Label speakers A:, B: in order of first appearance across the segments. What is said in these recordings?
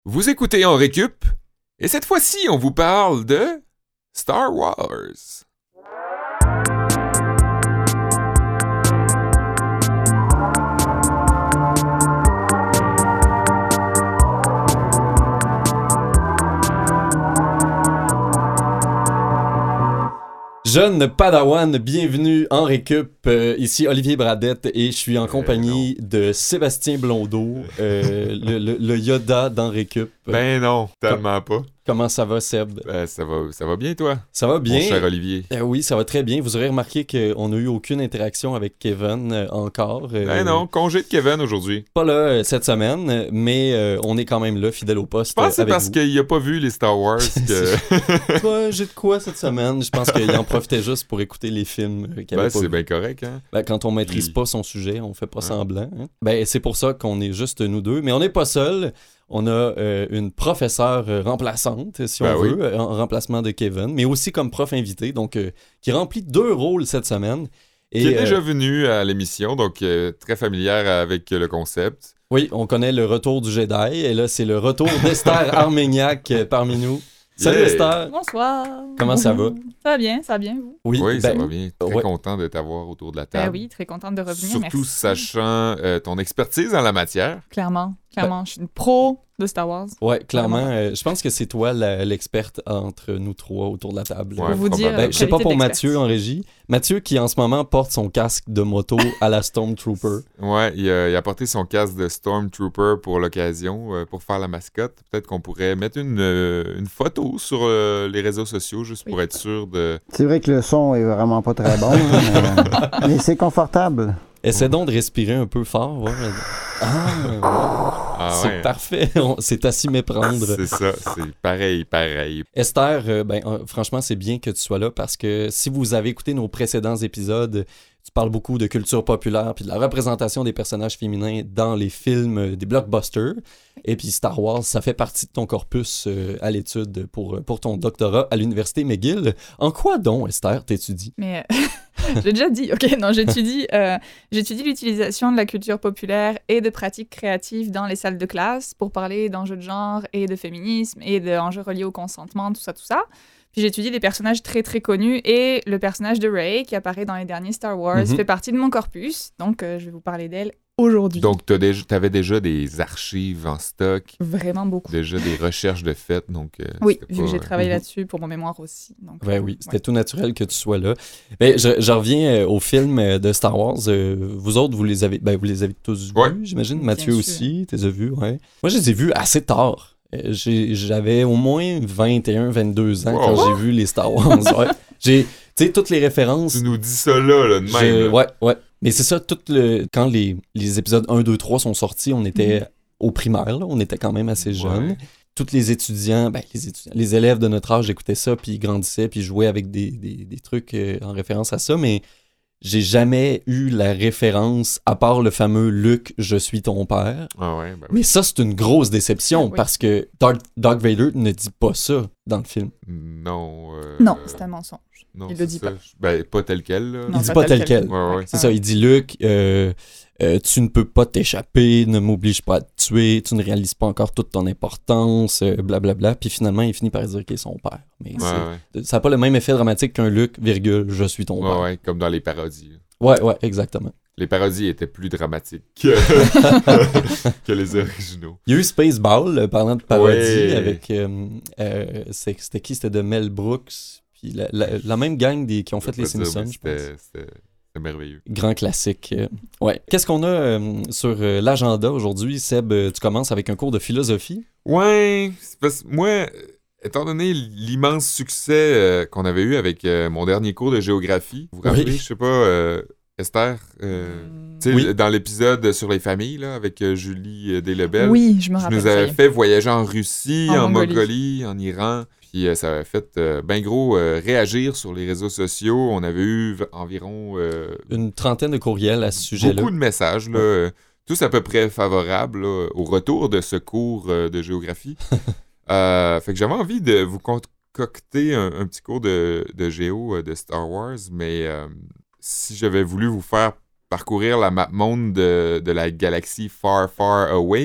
A: Vous écoutez En Récup, et cette fois-ci, on vous parle de Star Wars.
B: Jeune Padawan, bienvenue en Récup. Ici Olivier Bradette et je suis en compagnie de Sébastien Blondeau, le Yoda dans Récup.
A: Ben non, tellement pas.
B: Comment ça va, Seb?
A: Ben, ça va bien, toi?
B: Ça va bien.
A: Mon cher Olivier.
B: Oui, ça va très bien. Vous aurez remarqué qu'on n'a eu aucune interaction avec Kevin encore.
A: Ben non, congé de Kevin aujourd'hui.
B: Pas là cette semaine, mais on est quand même là, fidèle au poste.
A: Je pense que c'est parce qu'il a pas vu les Star Wars que...
B: Toi, j'ai de quoi cette semaine? Je pense qu'il en profitait juste pour écouter les films qu'il avait pas
A: c'est
B: vus.
A: bien correct, hein?
B: Ben, quand on maîtrise pas son sujet, on fait pas
A: Ouais.
B: semblant. Hein? Ben, c'est pour ça qu'on est juste nous deux. Mais on n'est pas seul. On a une professeure remplaçante, si
A: Ben
B: on
A: oui.
B: veut, en remplacement de Kevin, mais aussi comme prof invité, donc qui remplit 2 rôles cette semaine. Et,
A: Qui est déjà venu à l'émission, donc très familière avec le concept.
B: Oui, on connaît le retour du Jedi, et là, c'est le retour d'Esther Armagnac parmi nous. Salut
A: Yeah.
B: Esther!
C: Bonsoir.
B: Comment ça va?
C: Ça va bien, vous?
A: Oui, ça
B: ben,
A: va bien. Très
B: ouais.
A: content de t'avoir autour de la
C: Ben
A: table.
C: oui, très contente de revenir.
A: Surtout
C: merci.
A: sachant ton expertise en la matière.
C: Clairement, je suis une pro de Star Wars.
B: Ouais, clairement.
C: Vraiment.
B: Je pense que c'est toi l'experte entre nous trois autour de la table.
A: Ouais,
C: Pour vous dire,
A: probablement.
B: Ben, je sais pas
C: qualité
B: pour
C: d'expertise.
B: Mathieu en régie. Mathieu qui en ce moment porte son casque de moto à la Stormtrooper.
A: Ouais, il a porté son casque de Stormtrooper pour l'occasion, pour faire la mascotte. Peut-être qu'on pourrait mettre une photo sur les réseaux sociaux, juste pour être sûr de...
D: C'est vrai que le son est vraiment pas très bon, hein, mais c'est confortable.
B: Essaie donc de respirer un peu fort. Ouais.
A: Ah
B: C'est
A: ouais,
B: parfait. C'est à s'y méprendre.
A: c'est ça, c'est pareil.
B: Esther, franchement, c'est bien que tu sois là parce que si vous avez écouté nos précédents épisodes, tu parles beaucoup de culture populaire puis de la représentation des personnages féminins dans les films des blockbusters. Et puis Star Wars, ça fait partie de ton corpus à l'étude pour ton doctorat à l'Université McGill. En quoi donc, Esther, t'étudies?
C: Mais j'ai déjà dit, ok, non, j'étudie l'utilisation de la culture populaire et de pratiques créatives dans les salles de classe pour parler d'enjeux de genre et de féminisme et d'enjeux reliés au consentement, tout ça. Puis j'étudie des personnages très très connus et le personnage de Rey qui apparaît dans les derniers Star Wars
B: Mhm.
C: fait partie de mon corpus, donc je vais vous parler d'elle aujourd'hui.
A: Donc, t'avais déjà des archives en stock,
C: Vraiment beaucoup.
A: déjà des recherches de fait, donc...
C: Oui,
A: c'était
C: vu que
A: pas,
C: j'ai travaillé
B: Mhm.
C: là-dessus pour mon mémoire aussi. Donc,
B: Ben oui, c'était
C: ouais.
B: tout naturel que tu sois là. Ben, je reviens au film de Star Wars. Vous autres, vous les avez tous vus,
A: Ouais.
B: j'imagine.
C: Bien
B: Mathieu
C: sûr.
B: aussi, tu les as vus, ouais. Moi, je les ai vus assez tard. J'avais au moins 21, 22 ans quand j'ai vu les Star Wars. Ouais. Tu sais, toutes les références.
A: Tu nous dis ça là, de même. là.
B: Ouais. Mais c'est ça, quand les épisodes 1, 2, 3 sont sortis, on était au primaire, là, on était quand même assez jeunes.
A: Ouais.
B: Tous les étudiants, les élèves de notre âge écoutaient ça, puis ils grandissaient, puis ils jouaient avec des trucs en référence à ça, mais j'ai jamais eu la référence, à part le fameux « Luke, je suis ton père
A: Ah ouais, ben ».
B: Mais ça, c'est une grosse déception,
C: Oui.
B: parce que Darth Vader ne dit pas ça dans le film.
A: Non.
C: Non, c'est un mensonge.
A: non,
C: il
A: c'est
C: le dit
A: ça.
C: pas.
A: Ben, pas tel quel, là.
C: Non,
B: Il dit pas tel quel.
A: Ouais.
B: C'est ça, il dit « Luke, tu ne peux pas t'échapper, ne m'oblige pas à te tuer, tu ne réalises pas encore toute ton importance, blablabla. » Puis finalement, il finit par dire qu'il est son père. Mais
A: Ouais.
B: ça n'a pas le même effet dramatique qu'un Luke, virgule, je suis ton père.
A: Ouais, comme dans les parodies.
B: Ouais, exactement.
A: Les parodies étaient plus dramatiques que les originaux.
B: Il y a eu Spaceball, parlant de parodie,
A: Ouais.
B: avec... c'était qui? C'était de Mel Brooks. Puis la même gang qui ont fait les
A: Je peux dire,
B: Simpsons,
A: mais
B: je pense.
A: C'était merveilleux.
B: Grand classique. Ouais. Qu'est-ce qu'on a sur l'agenda aujourd'hui? Seb, tu commences avec un cours de philosophie.
A: Ouais, c'est parce que moi, étant donné l'immense succès qu'on avait eu avec mon dernier cours de géographie, vous vous rappelez,
B: Oui.
A: je sais pas, Esther, tu sais,
B: Oui.
A: dans l'épisode sur les familles, là, avec Julie Deslebel,
C: Oui, je me
A: je
C: rappelle.
A: nous
C: ça y
A: avais
C: est.
A: fait voyager en Russie,
C: En
A: en
C: Mongolie.
A: Mongolie, en Iran. Puis ça avait fait bien gros réagir sur les réseaux sociaux. On avait eu environ
B: Une trentaine de courriels à ce sujet-là.
A: beaucoup de messages, là, tous à peu près favorables là, au retour de ce cours de géographie. Fait que j'avais envie de vous concocter un petit cours de géo de Star Wars, mais si j'avais voulu vous faire parcourir la map monde de la galaxie Far, Far Away,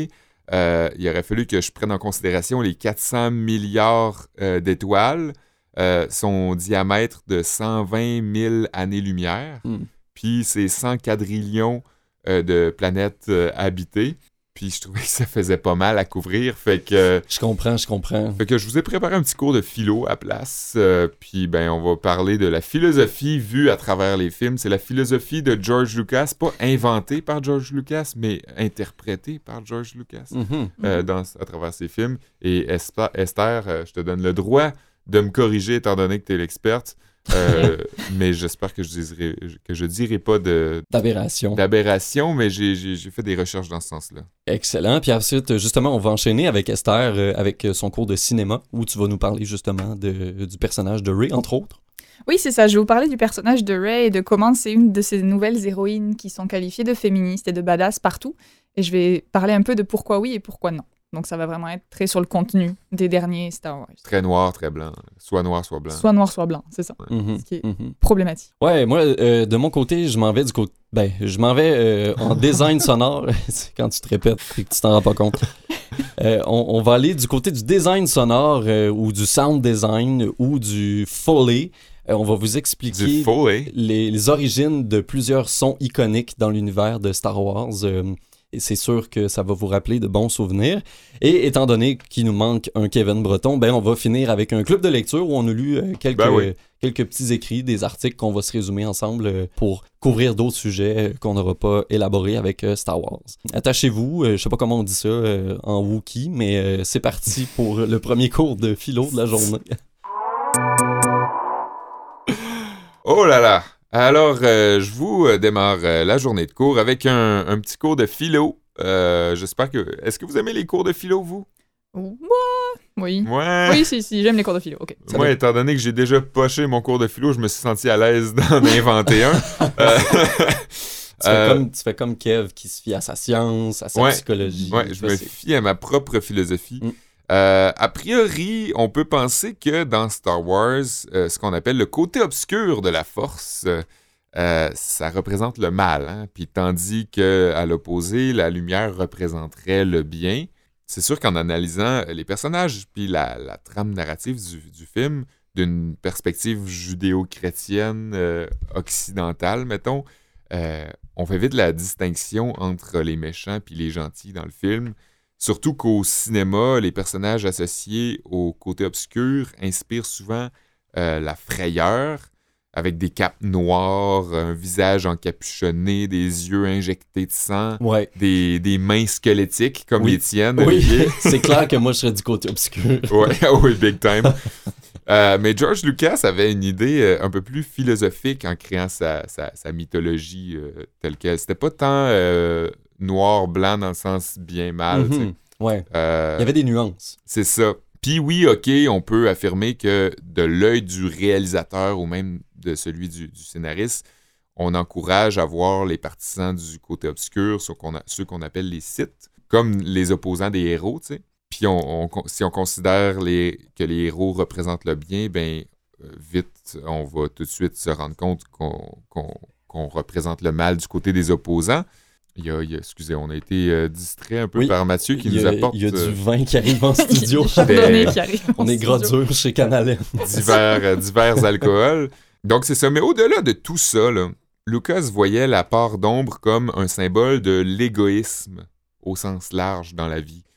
A: il aurait fallu que je prenne en considération les 400 milliards d'étoiles, son diamètre de 120 000 années-lumière, puis ses 100 quadrillions de planètes habitées. Puis je trouvais que ça faisait pas mal à couvrir, fait que...
B: Je comprends.
A: Fait que je vous ai préparé un petit cours de philo à place, puis ben on va parler de la philosophie vue à travers les films. C'est la philosophie de George Lucas, pas inventée par George Lucas, mais interprétée par George Lucas à travers ses films. Et Esther, je te donne le droit de me corriger étant donné que tu es l'experte. Mais j'espère que je dirai pas d'aberration, mais j'ai fait des recherches dans ce sens-là.
B: Excellent. Puis ensuite, justement, on va enchaîner avec Esther, avec son cours de cinéma, où tu vas nous parler justement du personnage de Rey, entre autres.
C: Oui, c'est ça. Je vais vous parler du personnage de Rey et de comment c'est une de ces nouvelles héroïnes qui sont qualifiées de féministes et de badass partout. Et je vais parler un peu de pourquoi oui et pourquoi non. Donc, ça va vraiment être très sur le contenu des derniers Star Wars.
A: Très noir, très blanc. Soit noir, soit blanc.
C: Soit noir, soit blanc, c'est ça. Ce qui est problématique.
B: Ouais, moi, de mon côté, je m'en vais du côté... Ben, je m'en vais en design sonore. Quand tu te répètes et que tu t'en rends pas compte. On va aller du côté du design sonore ou du sound design ou du Foley. On va vous expliquer les origines de plusieurs sons iconiques dans l'univers de Star Wars. Et c'est sûr que ça va vous rappeler de bons souvenirs. Et étant donné qu'il nous manque un Kevin Breton, ben on va finir avec un club de lecture où on a lu quelques petits écrits, des articles qu'on va se résumer ensemble pour couvrir d'autres sujets qu'on n'aura pas élaborés avec Star Wars. Attachez-vous, je sais pas comment on dit ça en Wookiee, mais c'est parti pour le premier cours de philo de la journée.
A: Oh là là! Alors, je vous démarre la journée de cours avec un petit cours de philo. J'espère que... Est-ce que vous aimez les cours de philo, vous?
C: Oui.
A: Ouais.
C: Oui, si, j'aime les cours de philo. OK.
A: Moi, étant donné que j'ai déjà poché mon cours de philo, je me suis senti à l'aise d'en inventer un.
B: Tu fais comme Kev qui se fie à sa science, à sa psychologie.
A: Ouais, je me fie à ma propre philosophie. A priori, on peut penser que dans Star Wars, ce qu'on appelle le côté obscur de la Force, ça représente le mal, hein? Puis tandis qu'à l'opposé, la lumière représenterait le bien. C'est sûr qu'en analysant les personnages puis la trame narrative du film d'une perspective judéo-chrétienne occidentale, mettons, on fait vite la distinction entre les méchants puis les gentils dans le film. Surtout qu'au cinéma, les personnages associés au côté obscur inspirent souvent la frayeur, avec des capes noires, un visage encapuchonné, des yeux injectés de sang, des mains squelettiques comme les tiennes.
B: Oui, c'est clair que moi je serais du côté obscur.
A: Oui, big time. Mais George Lucas avait une idée un peu plus philosophique en créant sa mythologie telle qu'elle. C'était pas tant... noir-blanc dans le sens bien-mal.
B: Ouais. Il y avait des nuances.
A: C'est ça. Puis oui, OK, on peut affirmer que de l'œil du réalisateur ou même de celui du scénariste, on encourage à voir les partisans du côté obscur, ceux qu'on appelle les Sith, comme les opposants des héros, tu sais. Puis si on considère que les héros représentent le bien, ben vite, on va tout de suite se rendre compte qu'on représente le mal du côté des opposants. Excusez, on a été distrait un peu par Mathieu qui nous apporte...
B: Il y a du vin qui arrive en studio. On est gros dur chez Canal M.
A: divers alcools. Donc c'est ça. Mais au-delà de tout ça, là, Lucas voyait la part d'ombre comme un symbole de l'égoïsme au sens large dans la vie.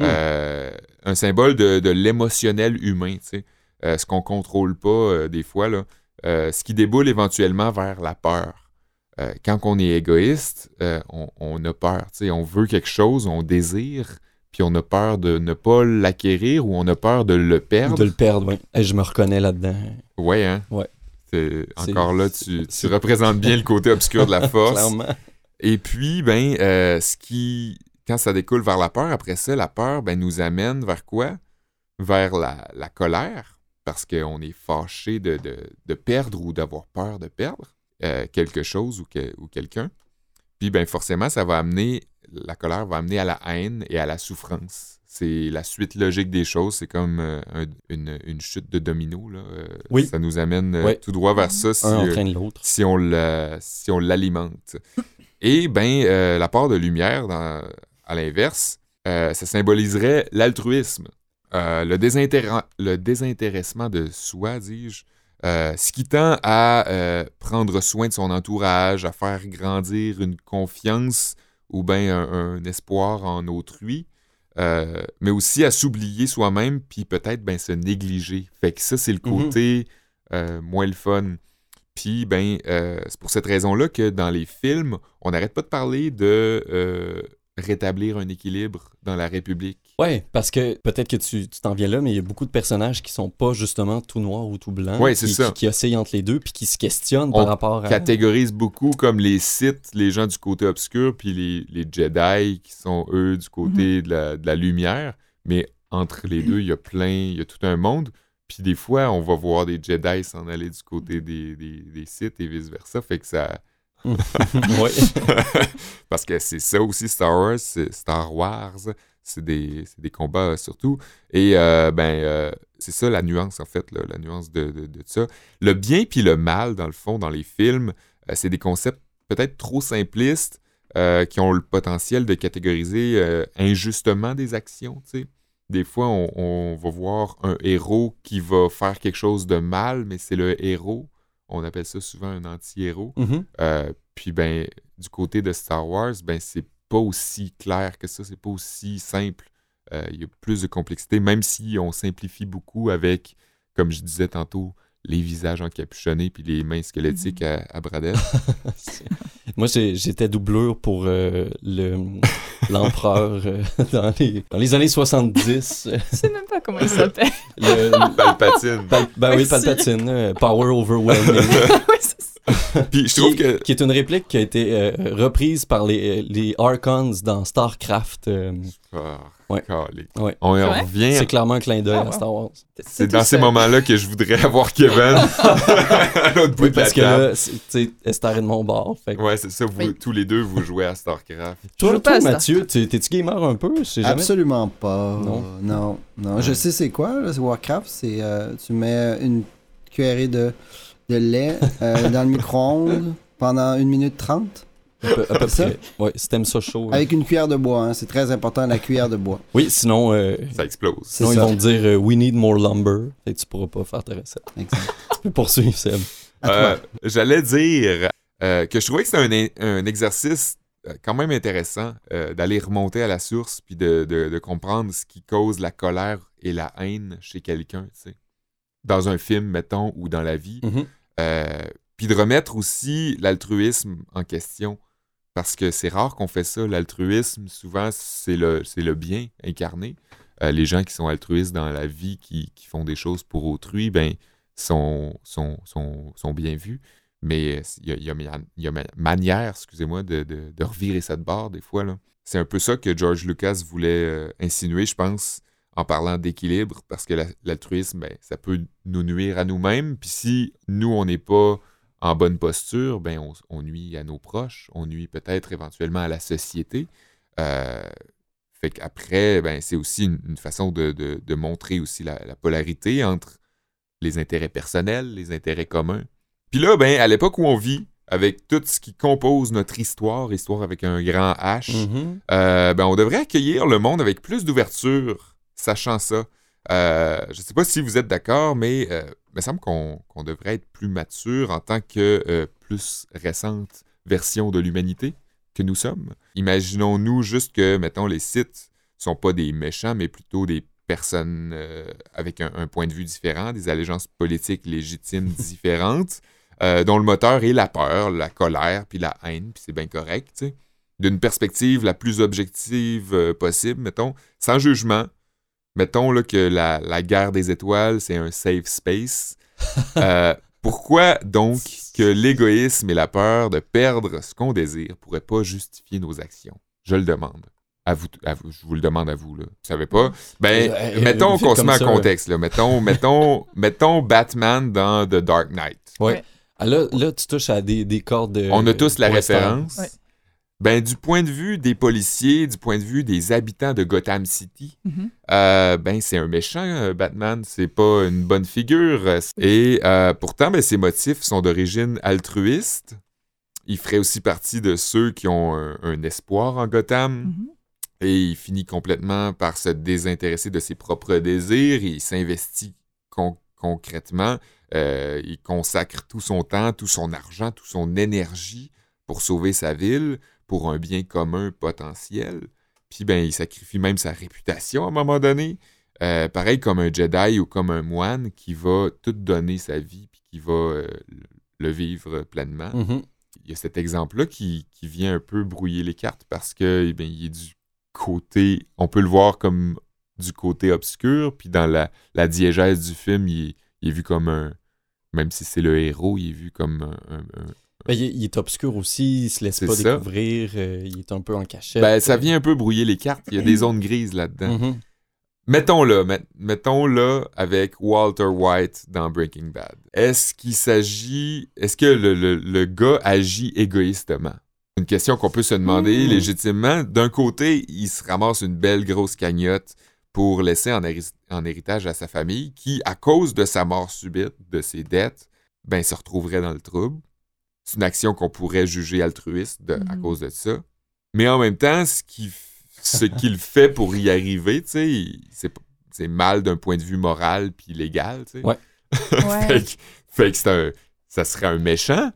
A: Un symbole de l'émotionnel humain, tu sais. Ce qu'on contrôle pas des fois, là. Ce qui déboule éventuellement vers la peur. Quand on est égoïste, on a peur. On veut quelque chose, on désire, puis on a peur de ne pas l'acquérir ou on a peur de le perdre.
B: De le perdre, oui. Je me reconnais là-dedans.
A: Ouais, hein?
B: Ouais.
A: Encore là, tu représentes bien le côté obscur de la force.
B: Clairement.
A: Et puis, quand ça découle vers la peur, après ça, la peur nous amène vers quoi? Vers la colère, parce qu'on est fâché de perdre ou d'avoir peur de perdre. Quelque chose ou quelqu'un. Puis, forcément, la colère va amener à la haine et à la souffrance. C'est la suite logique des choses. C'est comme une chute de domino, là. Ça nous amène tout droit vers ça
B: entraîne l'autre.
A: Si on l'alimente. Et, la part de lumière, à l'inverse, ça symboliserait l'altruisme, le désintéressement de soi, dis-je, ce qui tend à prendre soin de son entourage, à faire grandir une confiance ou bien un espoir en autrui, mais aussi à s'oublier soi-même, puis peut-être ben, se négliger. Fait que ça, c'est le côté moins le fun. Puis, ben, c'est pour cette raison-là que dans les films, on n'arrête pas de parler de rétablir un équilibre dans la République.
B: Ouais, parce que peut-être que tu t'en viens là, mais il y a beaucoup de personnages qui sont pas justement tout noirs ou tout blancs,
A: Ouais, c'est ça.
B: Qui oscillent entre les deux, puis qui se questionnent par rapport à...
A: On catégorise beaucoup comme les Sith, les gens du côté obscur, puis les Jedi qui sont, eux, du côté de la lumière. Mais entre les deux, il y a tout un monde. Puis des fois, on va voir des Jedi s'en aller du côté des Sith et vice-versa. Fait que ça...
B: Ouais.
A: Parce que c'est ça aussi, Star Wars, c'est des combats surtout. Et c'est ça la nuance, en fait, là, la nuance de ça. Le bien puis le mal, dans le fond, dans les films, c'est des concepts peut-être trop simplistes qui ont le potentiel de catégoriser injustement des actions, tu sais. Des fois, on va voir un héros qui va faire quelque chose de mal, mais c'est le héros. On appelle ça souvent un anti-héros. Puis, ben, du côté de Star Wars, ben, c'est pas aussi clair que ça, c'est pas aussi simple. Il y a plus de complexité, même si on simplifie beaucoup avec, comme je disais tantôt, les visages encapuchonnés puis les mains squelettiques à bradette.
B: Moi, j'étais doublure pour l'empereur dans les années 70.
C: Je sais même pas comment il s'appelle.
A: Palpatine.
B: Oui, Palpatine. Power overwhelming.
C: Oui, c'est ça.
A: Puis je trouve que...
B: Qui est une réplique qui a été reprise par les Archons dans StarCraft. Ouais. Ouais.
A: On revient...
B: C'est clairement un clin d'œil à Star Wars.
A: C'est dans ces moments-là que je voudrais avoir Kevin à l'autre bout de la table.
B: Parce que là, Esther est de mon bord. Fait que...
A: Ouais, c'est ça. Tous les deux, vous jouez à StarCraft.
B: Toi, Mathieu, t'es-tu gamer un peu?
D: Absolument pas.
B: Non.
D: Non. Je sais c'est quoi, là, c'est Warcraft. C'est tu mets une cuillerée de lait dans le micro-ondes pendant 1 minute 30.
B: À peu
D: ça?
B: près. Ouais, si t'aimes ça chaud.
D: Avec une cuillère de bois, hein. C'est très important, la cuillère de bois.
B: Oui, sinon...
A: ça explose.
B: Sinon, ils vont te dire « We need more lumber ». Et tu pourras pas faire ta recette.
D: Exact.
B: Tu peux poursuivre, Seb.
A: J'allais dire que je trouvais que c'était un exercice quand même intéressant d'aller remonter à la source puis de comprendre ce qui cause la colère et la haine chez quelqu'un, tu sais. Dans un film, mettons, ou dans la vie. Puis de remettre aussi l'altruisme en question. Parce que c'est rare qu'on fait ça. L'altruisme, souvent, c'est le bien incarné. Les gens qui sont altruistes dans la vie, qui font des choses pour autrui, ben, sont bien vus. Mais il y a manière, excusez-moi, de revirer ça de bord, des fois, là. C'est un peu ça que George Lucas voulait insinuer, je pense, en parlant d'équilibre, parce que l'altruisme, ben, ça peut nous nuire à nous-mêmes. Puis si nous, on n'est pas en bonne posture, ben on nuit à nos proches, on nuit peut-être éventuellement à la société. Fait qu'après, ben, c'est aussi une façon de montrer aussi la polarité entre les intérêts personnels, les intérêts communs. Puis là, ben, à l'époque où on vit, avec tout ce qui compose notre histoire avec un grand H, ben, on devrait accueillir le monde avec plus d'ouverture, sachant ça. Je ne sais pas si vous êtes d'accord, mais il me semble qu'on devrait être plus mature en tant que plus récente version de l'humanité que nous sommes. Imaginons-nous juste que, mettons, les Sith sont pas des méchants, mais plutôt des personnes avec un point de vue différent, des allégeances politiques légitimes différentes, dont le moteur est la peur, la colère, puis la haine, puis c'est bien correct, tu sais. D'une perspective la plus objective possible, mettons, sans jugement. Mettons là, que la guerre des étoiles, c'est un safe space. Pourquoi donc que l'égoïsme et la peur de perdre ce qu'on désire ne pourraient pas justifier nos actions? Je le demande. À vous, je vous le demande à vous. Là. Vous savez pas? Ben, mettons qu'on se met en contexte. Là. Mettons Batman dans The Dark Knight.
B: Ouais. Ah, là, tu touches à des cordes...
A: On a tous la référence.
C: Ouais.
A: Ben, du point de vue des policiers, du point de vue des habitants de Gotham City, ben, c'est un méchant, Batman. C'est pas une bonne figure. Et pourtant, ben, ses motifs sont d'origine altruiste. Il ferait aussi partie de ceux qui ont un espoir en Gotham. Et il finit complètement par se désintéresser de ses propres désirs. Il s'investit concrètement. Il consacre tout son temps, tout son argent, toute son énergie pour sauver sa ville, pour un bien commun potentiel. Puis il sacrifie même sa réputation à un moment donné. Pareil comme un Jedi ou comme un moine qui va tout donner sa vie puis qui va le vivre pleinement.
B: Mhm.
A: Il y a cet exemple-là qui vient un peu brouiller les cartes parce que il est du côté, on peut le voir comme du côté obscur, puis dans la diégèse du film, il est vu comme un, même si c'est le héros, il est vu comme un
B: Il est obscur aussi, il se laisse
A: C'est
B: pas
A: ça.
B: découvrir, il est un peu en cachette.
A: ça vient un peu brouiller les cartes, il y a des zones grises là-dedans.
B: Mhm.
A: Mettons-le avec Walter White dans Breaking Bad. Est-ce que le gars agit égoïstement? Une question qu'on peut se demander légitimement. D'un côté, il se ramasse une belle grosse cagnotte pour laisser en héritage à sa famille qui, à cause de sa mort subite, de ses dettes, se retrouverait dans le trouble. C'est une action qu'on pourrait juger altruiste à cause de ça. Mais en même temps, ce qu'il fait pour y arriver, tu sais, c'est mal d'un point de vue moral puis légal, tu sais.
B: Ouais.
C: Ouais.
A: fait que ça serait un méchant,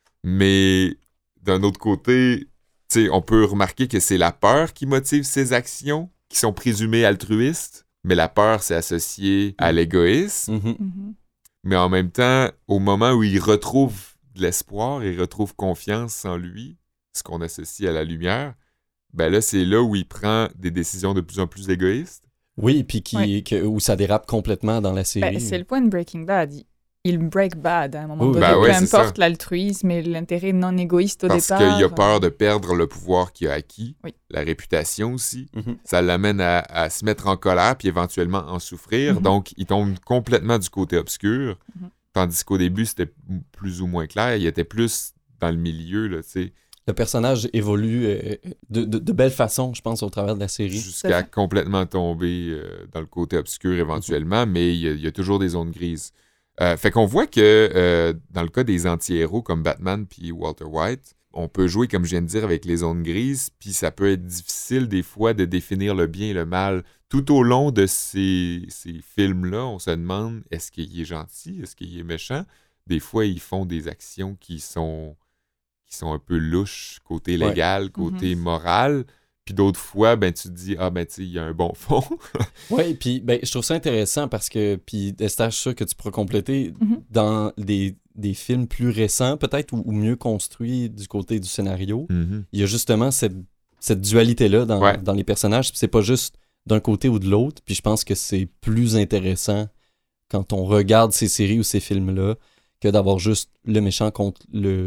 A: mais d'un autre côté, tu sais, on peut remarquer que c'est la peur qui motive ses actions, qui sont présumées altruistes, mais la peur, c'est associé à l'égoïsme.
B: Mhm.
C: Mhm.
A: Mais en même temps, au moment où il retrouve de l'espoir, il retrouve confiance en lui, ce qu'on associe à la lumière, là, c'est là où il prend des décisions de plus en plus égoïstes.
B: Oui, puis
C: Ouais.
B: où ça dérape complètement dans la série.
C: C'est le point de Breaking Bad. Il break bad à un moment
B: Oui,
C: donné,
A: ouais,
C: peu
A: c'est
C: importe
A: ça.
C: l'altruisme et l'intérêt non égoïste au
A: Parce
C: départ.
A: qu'il a peur de perdre le pouvoir qu'il a acquis,
C: Oui.
A: la réputation aussi.
B: Mhm.
A: Ça l'amène à se mettre en colère puis éventuellement en souffrir.
C: Mhm.
A: Donc, il tombe complètement du côté obscur.
C: Mhm.
A: Tandis qu'au début, c'était plus ou moins clair. Il était plus dans le milieu, là, tu sais,
B: Le personnage évolue de belle façon, je pense, au travers de la série.
A: jusqu'à complètement tomber dans le côté obscur éventuellement, mais il y a toujours des zones grises. Fait qu'on voit que dans le cas des anti-héros comme Batman puis Walter White, on peut jouer, comme je viens de dire, avec les zones grises, puis ça peut être difficile des fois de définir le bien et le mal. Tout au long de ces films-là, on se demande, est-ce qu'il est gentil? Est-ce qu'il est méchant? Des fois, ils font des actions qui sont un peu louches, côté légal, côté moral. Puis d'autres fois, tu te dis, tu sais, il y a un bon fond.
B: Oui, puis je trouve ça intéressant parce que, puis Esther, je suis sûr que tu pourras compléter
C: Mhm.
B: dans des films plus récents, peut-être, ou mieux construits du côté du scénario. Il y a justement cette dualité-là dans les personnages. Puis c'est pas juste d'un côté ou de l'autre. Puis je pense que c'est plus intéressant quand on regarde ces séries ou ces films-là que d'avoir juste le méchant contre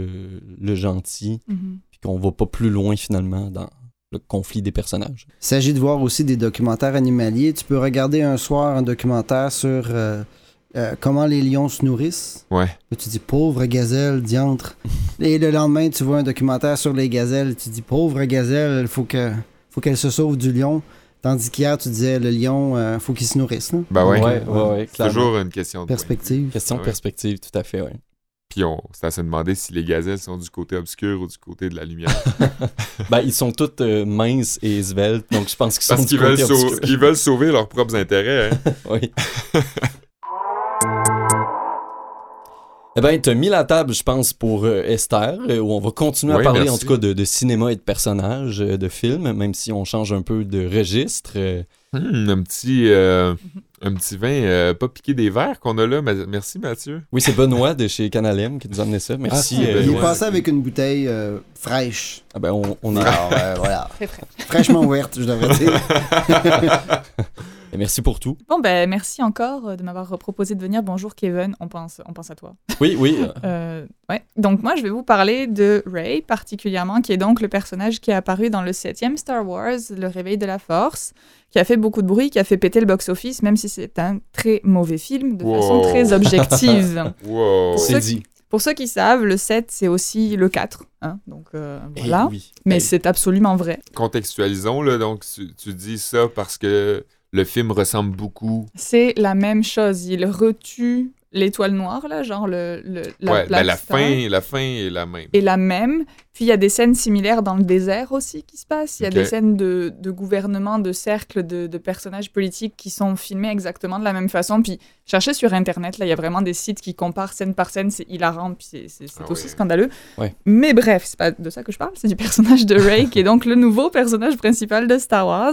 B: le gentil,
C: Mhm.
B: puis qu'on va pas plus loin finalement dans le conflit des personnages.
D: Il s'agit de voir aussi des documentaires animaliers. Tu peux regarder un soir un documentaire sur comment les lions se nourrissent.
A: Ouais.
D: Là, tu dis pauvre gazelle, diantre. Et le lendemain, tu vois un documentaire sur les gazelles. Tu dis pauvre gazelle, il faut qu'elle se sauve du lion. Tandis qu'hier, tu disais le lion, faut qu'il se nourrisse. Là.
B: Ouais,
A: C'est
B: clairement.
A: toujours une question de point de vue.
D: Perspective.
B: Question de
A: Ouais.
B: perspective, tout à fait, oui.
A: Puis c'est à se demander si les gazelles sont du côté obscur ou du côté de la lumière.
B: Ils sont toutes minces et sveltes, donc je pense qu'ils sont
A: Parce
B: du
A: qu'ils veulent,
B: côté obscur.
A: ils veulent sauver leurs propres intérêts. Hein.
B: Oui. T'as mis la table, je pense, pour Esther, où on va continuer à
A: Oui,
B: parler,
A: merci.
B: en tout cas, de cinéma et de personnages, de films, même si on change un peu de registre.
A: Un petit vin pas piqué des verres qu'on a là. Merci Mathieu.
B: Oui, c'est Benoît de chez Canalem qui nous a amené ça. Merci.
A: c'est
D: Il est
A: ouais.
D: passé avec une bouteille fraîche.
B: On est...
D: Alors, voilà.
C: Très frais.
D: Fraîchement ouverte, je devrais dire.
B: Et merci pour tout.
C: Bon, merci encore de m'avoir proposé de venir. Bonjour Kevin, on pense à toi.
B: Oui.
C: Ouais. Donc moi, je vais vous parler de Rey particulièrement, qui est donc le personnage qui est apparu dans le 7e Star Wars, Le Réveil de la Force, qui a fait beaucoup de bruit, qui a fait péter le box-office, même si c'est un très mauvais film, de façon
A: Wow.
C: très objective.
A: Wow.
C: Pour
B: C'est
C: ceux-
B: dit.
C: Pour ceux qui savent, le 7, c'est aussi le 4. Hein, donc voilà.
B: Eh oui.
C: Mais c'est absolument vrai.
A: Contextualisons, là, donc tu dis ça parce que le film ressemble beaucoup.
C: C'est la même chose. Il retue l'étoile noire, là, genre la
A: Ouais,
C: Black
A: la
C: Star.
A: fin est la même.
C: Et la même. Puis il y a des scènes similaires dans le désert aussi qui se passent. Il y a
A: Ok.
C: des scènes de gouvernement, de cercles, de personnages politiques qui sont filmés exactement de la même façon. Puis cherchez sur Internet, là, il y a vraiment des sites qui comparent scène par scène. C'est hilarant, puis c'est
A: Ah
C: aussi
A: oui.
C: scandaleux.
B: Ouais.
C: Mais bref, c'est pas de ça que je parle, c'est du personnage de Rey, qui est donc le nouveau personnage principal de Star Wars.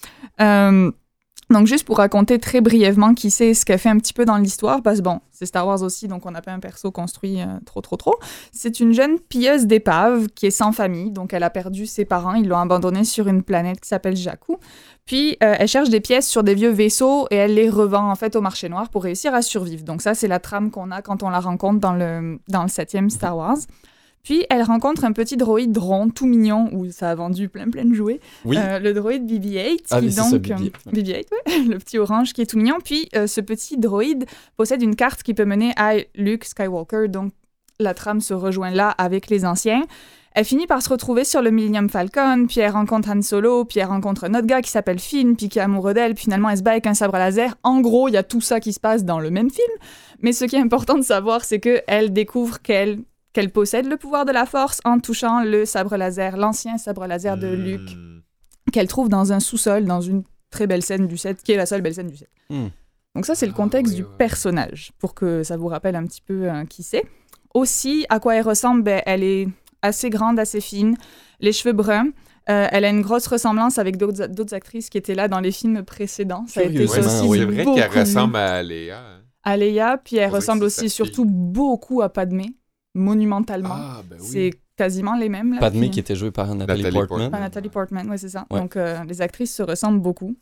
C: Donc, juste pour raconter très brièvement qui c'est, ce qu'elle fait un petit peu dans l'histoire, parce que bon, c'est Star Wars aussi, donc on n'a pas un perso construit trop. C'est une jeune pilleuse d'épave qui est sans famille, donc elle a perdu ses parents, ils l'ont abandonnée sur une planète qui s'appelle Jakku. Puis, elle cherche des pièces sur des vieux vaisseaux et elle les revend en fait au marché noir pour réussir à survivre. Donc ça, c'est la trame qu'on a quand on la rencontre dans le 7e Star Wars. Puis, elle rencontre un petit droïde rond, tout mignon, où ça a vendu plein de jouets.
B: Oui.
C: Le droïde BB-8,
B: Ah
C: qui
B: oui, c'est ça,
C: donc...
B: BB-8,
C: BB-8, ouais, le petit orange qui est tout mignon. Puis, ce petit droïde possède une carte qui peut mener à Luke Skywalker. Donc, la trame se rejoint là avec les anciens. Elle finit par se retrouver sur le Millennium Falcon, puis elle rencontre Han Solo, puis elle rencontre un autre gars qui s'appelle Finn, puis qui est amoureux d'elle, puis finalement elle se bat avec un sabre laser. En gros, il y a tout ça qui se passe dans le même film. Mais ce qui est important de savoir, c'est qu'elle découvre qu'elle possède le pouvoir de la force en touchant le sabre laser, l'ancien sabre laser de Luke, qu'elle trouve dans un sous-sol, dans une très belle scène du set, qui est la seule belle scène du set. Donc ça, c'est le contexte
A: oui,
C: du
A: ouais.
C: personnage, pour que ça vous rappelle un petit peu qui c'est. Aussi, à quoi elle ressemble, ben, elle est assez grande, assez fine, les cheveux bruns. Elle a une grosse ressemblance avec d'autres actrices qui étaient là dans les films précédents. Ça a été
B: Curieusement,
C: aussi
B: oui.
A: C'est vrai
C: beaucoup
A: qu'elle ressemble à Léa. Hein.
C: à Leia, puis elle
A: On dirait
C: ressemble
A: que c'est
C: aussi
A: sa fille.
C: surtout beaucoup à Padmé, monumentalement.
A: Ah, ben oui.
C: C'est quasiment les mêmes. Là,
B: Padmé
C: puis-
B: qui était jouée par Nathalie
A: Nathalie
B: Portman.
A: Portman.
C: Par Nathalie Portman, oui, c'est ça.
B: Ouais.
C: Donc, les actrices se ressemblent beaucoup.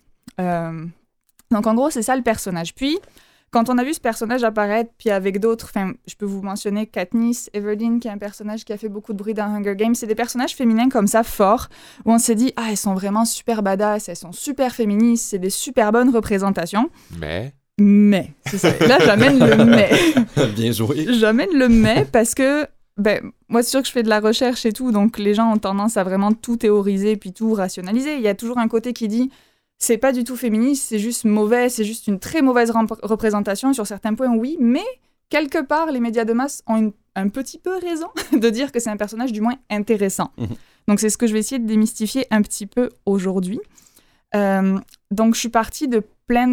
C: Donc, en gros, c'est ça le personnage. Puis, quand on a vu ce personnage apparaître, puis avec d'autres, je peux vous mentionner Katniss Everdeen, qui est un personnage qui a fait beaucoup de bruit dans Hunger Games. C'est des personnages féminins comme ça, forts, où on s'est dit, ah, elles sont vraiment super badass, elles sont super féministes, c'est des super bonnes représentations. Mais, c'est ça. Là, j'amène le mais.
B: Bien joué.
C: J'amène le mais parce que, moi, c'est sûr que je fais de la recherche et tout, donc les gens ont tendance à vraiment tout théoriser puis tout rationaliser. Il y a toujours un côté qui dit, c'est pas du tout féministe, c'est juste mauvais, c'est juste une très mauvaise représentation. Sur certains points, oui, mais quelque part, les médias de masse ont un petit peu raison de dire que c'est un personnage du moins intéressant. Donc, c'est ce que je vais essayer de démystifier un petit peu aujourd'hui. Donc, je suis partie de plein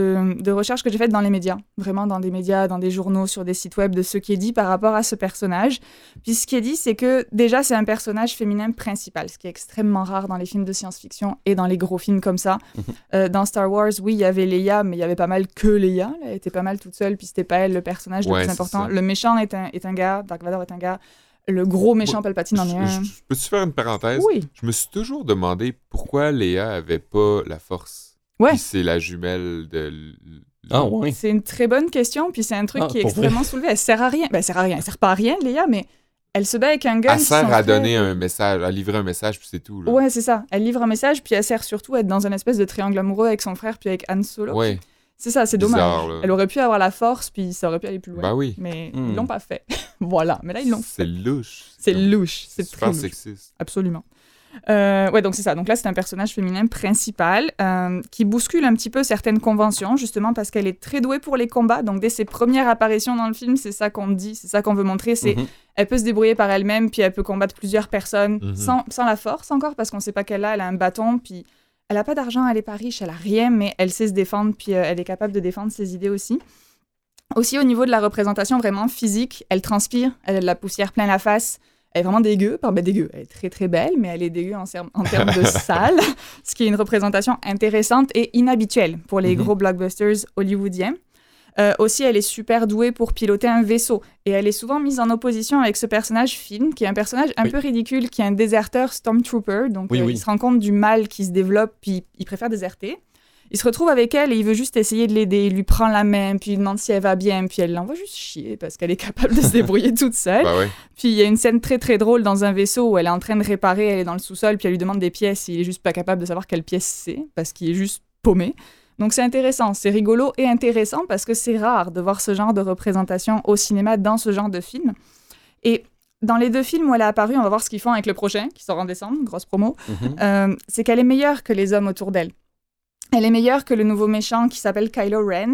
C: de recherches que j'ai faites dans les médias, vraiment dans des médias, dans des journaux, sur des sites web, de ce qui est dit par rapport à ce personnage. Puis ce qui est dit, c'est que déjà, c'est un personnage féminin principal, ce qui est extrêmement rare dans les films de science-fiction et dans les gros films comme ça. Dans Star Wars, oui, il y avait Leia, mais il y avait pas mal que Leia. Là. Elle était pas mal toute seule, puis c'était pas elle le personnage le
A: Ouais,
C: plus
A: c'est
C: important.
A: ça.
C: Le méchant est un gars, Dark Vador est un gars, le gros méchant Palpatine en est un.
A: Je peux-tu faire une parenthèse?
C: Oui.
A: Je me suis toujours demandé pourquoi Léa avait pas la force.
C: Ouais.
A: Puis c'est la jumelle de...
B: Ah ouais.
C: C'est une très bonne question, puis c'est un truc
B: Ah,
C: qui est
B: pour vrai?
C: extrêmement soulevé. Elle sert à rien. Elle sert à rien. Elle sert pas à rien, Léa, mais elle se bat avec un gun.
A: Elle
C: qui
A: sert
C: son
A: à
C: frère-
A: donner un message, à livrer un message, puis c'est tout. Là.
C: Ouais, c'est ça. Elle livre un message, puis elle sert surtout à être dans un espèce de triangle amoureux avec son frère, puis avec Han Solo.
A: Ouais.
C: C'est ça, c'est
A: Bizarre,
C: dommage.
A: là.
C: Elle aurait pu avoir la force, puis ça aurait pu aller plus loin.
A: Ben oui.
C: Mais ils l'ont pas fait. Voilà. Mais là, ils l'ont
A: C'est
C: fait.
A: louche.
C: C'est
A: comme-
C: louche. C'est très
A: super
C: louche.
A: sexiste.
C: Absolument. Ouais, donc c'est ça. Donc là, c'est un personnage féminin principal qui bouscule un petit peu certaines conventions, justement parce qu'elle est très douée pour les combats. Donc dès ses premières apparitions dans le film, c'est ça qu'on dit, c'est ça qu'on veut montrer. C'est elle peut se débrouiller par elle-même, puis elle peut combattre plusieurs personnes sans la force encore, parce qu'on sait pas qu'elle a. Elle a un bâton, puis elle a pas d'argent, elle est pas riche, elle a rien, mais elle sait se défendre, puis elle est capable de défendre ses idées aussi. Aussi au niveau de la représentation vraiment physique, elle transpire, elle a de la poussière plein la face. Elle est vraiment dégueu. Dégueu. Elle est très, très belle, mais elle est dégueu en termes de sale, ce qui est une représentation intéressante et inhabituelle pour les gros blockbusters hollywoodiens. Aussi, elle est super douée pour piloter un vaisseau. Et elle est souvent mise en opposition avec ce personnage Finn, qui est un personnage un peu ridicule, qui est un déserteur Stormtrooper. Donc, il se rend compte du mal qui se développe, puis il préfère déserter. Il se retrouve avec elle et il veut juste essayer de l'aider. Il lui prend la main, puis il demande si elle va bien, puis elle l'envoie juste chier parce qu'elle est capable de se débrouiller toute seule.
A: Ben ouais.
C: Puis il y a une scène très très drôle dans un vaisseau où elle est en train de réparer, elle est dans le sous-sol, puis elle lui demande des pièces et il est juste pas capable de savoir quelle pièce c'est parce qu'il est juste paumé. Donc c'est intéressant, c'est rigolo et intéressant parce que c'est rare de voir ce genre de représentation au cinéma dans ce genre de film. Et dans les deux films où elle a apparu, on va voir ce qu'ils font avec le prochain qui sort en décembre, grosse promo, c'est qu'elle est meilleure que les hommes autour d'elle. Elle est meilleure que le nouveau méchant qui s'appelle Kylo Ren.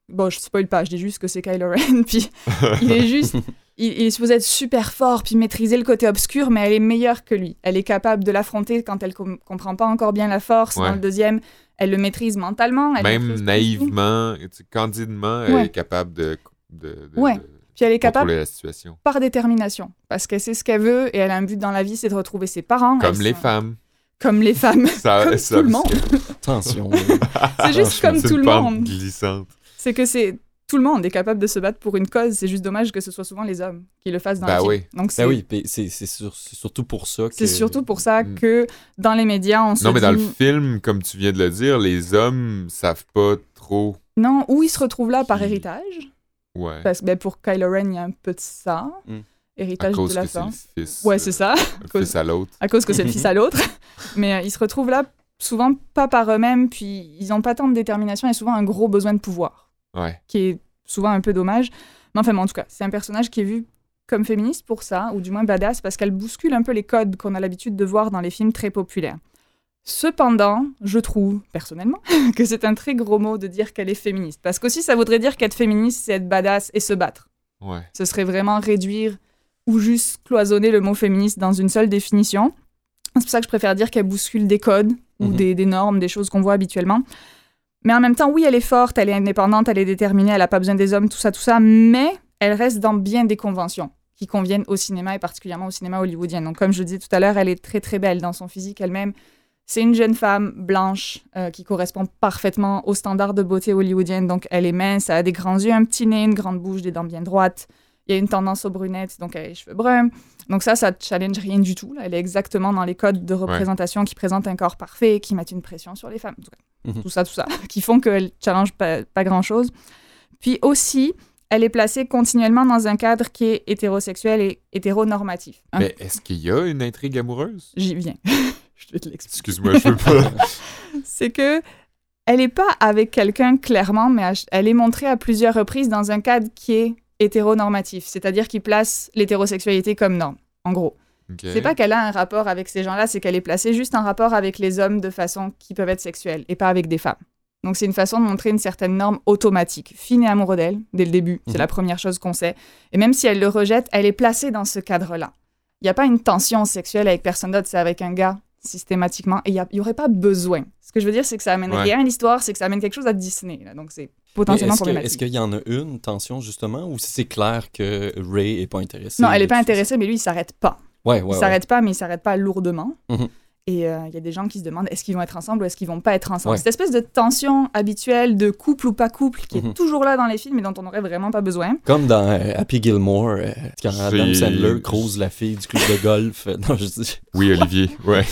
C: Bon, je spoil pas, je dis juste que c'est Kylo Ren, puis il est juste... Il est supposé être super fort, puis maîtriser le côté obscur, mais elle est meilleure que lui. Elle est capable de l'affronter quand elle comprend pas encore bien la force.
A: Ouais.
C: Dans le deuxième, elle le maîtrise mentalement. Elle
A: Même
C: maîtrise
A: naïvement, candidement, elle
C: Ouais.
A: est capable de
C: Ouais. Puis elle est capable
A: contrôler la situation.
C: par détermination, parce qu'elle sait ce qu'elle veut, et elle a un but dans la vie, c'est de retrouver ses parents.
A: Comme
C: Elles
A: les
C: sont-
A: femmes.
C: Comme les femmes. Comme tout le monde.
B: Attention.
C: C'est juste comme
A: C'est
C: tout
A: une
C: le
A: pente
C: monde.
A: glissante.
C: C'est que tout le monde est capable de se battre pour une cause, c'est juste dommage que ce soit souvent les hommes qui le fassent dans
A: Ben
C: le film.
A: oui.
C: Donc
B: Ben oui, puis c'est surtout pour ça que...
C: c'est surtout pour ça
A: Mm.
C: que dans les médias, on se
A: Non, mais
C: dit...
A: dans le film, comme tu viens de le dire, les hommes savent pas trop.
C: Non, où ils se retrouvent là par
A: Qui-
C: héritage.
A: Ouais.
C: Parce que pour Kylo Ren, il y a un peu de ça.
B: Mm.
A: À
C: Héritage
A: cause
C: de la
A: que c'est le
C: force.
A: fils.
C: Ouais, c'est ça.
A: Le
C: cause-
A: fils à l'autre.
C: À cause que c'est le fils à l'autre. Mais ils se retrouvent là souvent pas par eux-mêmes, puis ils n'ont pas tant de détermination et souvent un gros besoin de pouvoir,
A: Ouais.
C: qui est souvent un peu dommage. Mais enfin, en tout cas, c'est un personnage qui est vu comme féministe pour ça, ou du moins badass, parce qu'elle bouscule un peu les codes qu'on a l'habitude de voir dans les films très populaires. Cependant, je trouve, personnellement, que c'est un très gros mot de dire qu'elle est féministe. Parce qu'aussi, ça voudrait dire qu'être féministe, c'est être badass et se battre.
A: Ouais.
C: Ce serait vraiment réduire ou juste cloisonner le mot féministe dans une seule définition. C'est pour ça que je préfère dire qu'elle bouscule des codes ou
B: Mhm.
C: des normes, des choses qu'on voit habituellement. Mais en même temps, oui, elle est forte, elle est indépendante, elle est déterminée, elle n'a pas besoin des hommes, tout ça, mais elle reste dans bien des conventions qui conviennent au cinéma et particulièrement au cinéma hollywoodien. Donc, comme je le disais tout à l'heure, elle est très, très belle dans son physique elle-même. C'est une jeune femme blanche qui correspond parfaitement aux standards de beauté hollywoodienne. Donc, elle est mince, elle a des grands yeux, un petit nez, une grande bouche, des dents bien droites. Il y a une tendance aux brunettes, donc elle a les cheveux bruns. Donc ça challenge rien du tout. Là. Elle est exactement dans les codes de représentation qui présentent un corps parfait, qui mettent une pression sur les femmes. En tout cas,
B: Mhm.
C: tout ça, qui font qu'elle challenge pas grand-chose. Puis aussi, elle est placée continuellement dans un cadre qui est hétérosexuel et hétéronormatif. Hein?
A: Mais est-ce qu'il y a une intrigue amoureuse?
C: J'y viens. Je vais te l'expliquer.
A: Excuse-moi, je veux pas.
C: C'est que elle n'est pas avec quelqu'un clairement, mais elle est montrée à plusieurs reprises dans un cadre qui est hétéronormatif, c'est-à-dire qui place l'hétérosexualité comme norme, en gros.
A: Ok.
C: C'est pas qu'elle a un rapport avec ces gens-là, c'est qu'elle est placée juste en rapport avec les hommes de façon qui peuvent être sexuelle et pas avec des femmes. Donc c'est une façon de montrer une certaine norme automatique. Finn est amoureux d'elle dès le début, c'est la première chose qu'on sait. Et même si elle le rejette, elle est placée dans ce cadre-là. Il n'y a pas une tension sexuelle avec personne d'autre, c'est avec un gars systématiquement, et il n'y aurait pas besoin. Ce que je veux dire, c'est que ça amène rien à l'histoire, c'est que ça amène quelque chose à Disney. Là. Donc c'est potentiellement problématique.
B: Est-ce qu'il y en a une tension, justement, ou c'est clair que Ray n'est pas intéressée?
C: Non, elle n'est pas intéressée, mais lui, il ne s'arrête pas.
B: Ouais,
C: Il s'arrête pas, mais il s'arrête pas lourdement.
B: Mhm.
C: Et il y a des gens qui se demandent est-ce qu'ils vont être ensemble ou est-ce qu'ils vont pas être ensemble.
B: Ouais.
C: Cette espèce de tension habituelle de couple ou pas couple qui
B: Mhm.
C: est toujours là dans les films et dont on n'aurait vraiment pas besoin.
B: Comme dans Happy Gilmore, quand Adam
A: J'ai-
B: Sandler croise la fille du club de golf. Non, je dis,
A: Oui, Olivier, ouais.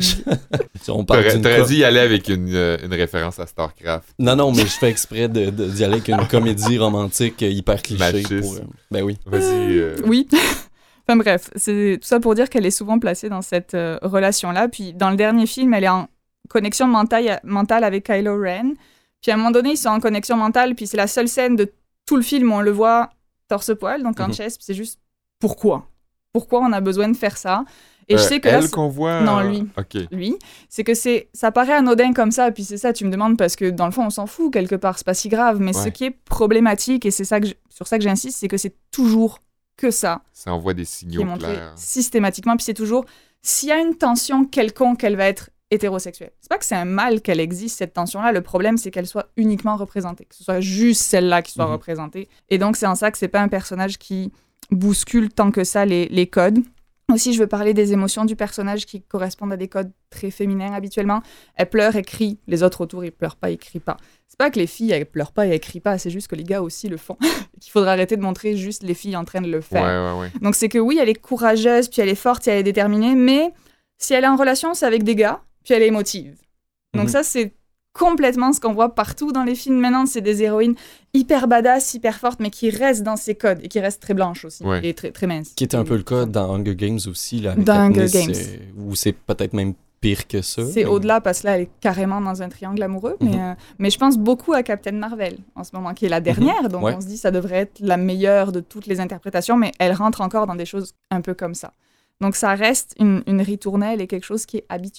B: on parle d'une
A: T'aurais dû y aller avec une référence à StarCraft.
B: Non, mais je fais exprès d'y aller avec une comédie romantique hyper cliché.
A: Machiste.
B: Pour, ben oui.
A: Vas-y.
C: Oui. Enfin bref, c'est tout ça pour dire qu'elle est souvent placée dans cette relation-là. Puis dans le dernier film, elle est en connexion mentale avec Kylo Ren. Puis à un moment donné, ils sont en connexion mentale, puis c'est la seule scène de tout le film où on le voit torse-poil, donc en chest, puis c'est juste pourquoi? Pourquoi on a besoin de faire ça? Et je sais que là,
A: Elle qu'on voit...
C: Non, lui.
A: OK.
C: lui, c'est que ça paraît anodin comme ça, puis c'est ça, tu me demandes, parce que dans le fond, on s'en fout quelque part, c'est pas si grave, mais ce
A: Ouais.
C: qui est problématique, et c'est ça sur ça que j'insiste, c'est que c'est toujours que ça
A: Ça envoie des
C: qui est
A: signaux
C: montré
A: clairs.
C: systématiquement, puis c'est toujours, s'il y a une tension quelconque, elle va être hétérosexuelle. C'est pas que c'est un mal qu'elle existe, cette tension-là, le problème, c'est qu'elle soit uniquement représentée, que ce soit juste celle-là qui soit représentée, et donc c'est en ça que c'est pas un personnage qui bouscule tant que ça les codes. Aussi, je veux parler des émotions du personnage qui correspondent à des codes très féminins habituellement. Elle pleure, elle crie. Les autres autour, ils pleurent pas, ils crient pas. C'est pas que les filles, elles pleurent pas et elles crient pas, c'est juste que les gars aussi le font. Qu'il faudrait arrêter de montrer juste les filles en train de le faire.
A: Ouais.
C: Donc c'est que oui, elle est courageuse, puis elle est forte, puis elle est déterminée, mais si elle est en relation, c'est avec des gars, puis elle est émotive. Donc ça, c'est complètement ce qu'on voit partout dans les films maintenant, c'est des héroïnes hyper badass, hyper fortes, mais qui restent dans ces codes et qui restent très blanches aussi,
A: Ouais.
C: et très, très minces.
B: Qui était un peu le cas dans Hunger Games aussi. Là, avec
C: Dans Hunger
B: Katniss,
C: Games.
B: où c'est peut-être même pire que ça.
C: C'est
B: mais-
C: au-delà parce que là, elle est carrément dans un triangle amoureux. Mais je pense beaucoup à Captain Marvel en ce moment, qui est la dernière. Donc
B: Ouais.
C: on se dit ça devrait être la meilleure de toutes les interprétations, mais elle rentre encore dans des choses un peu comme ça. Donc ça reste une ritournelle et quelque chose qui est habituel.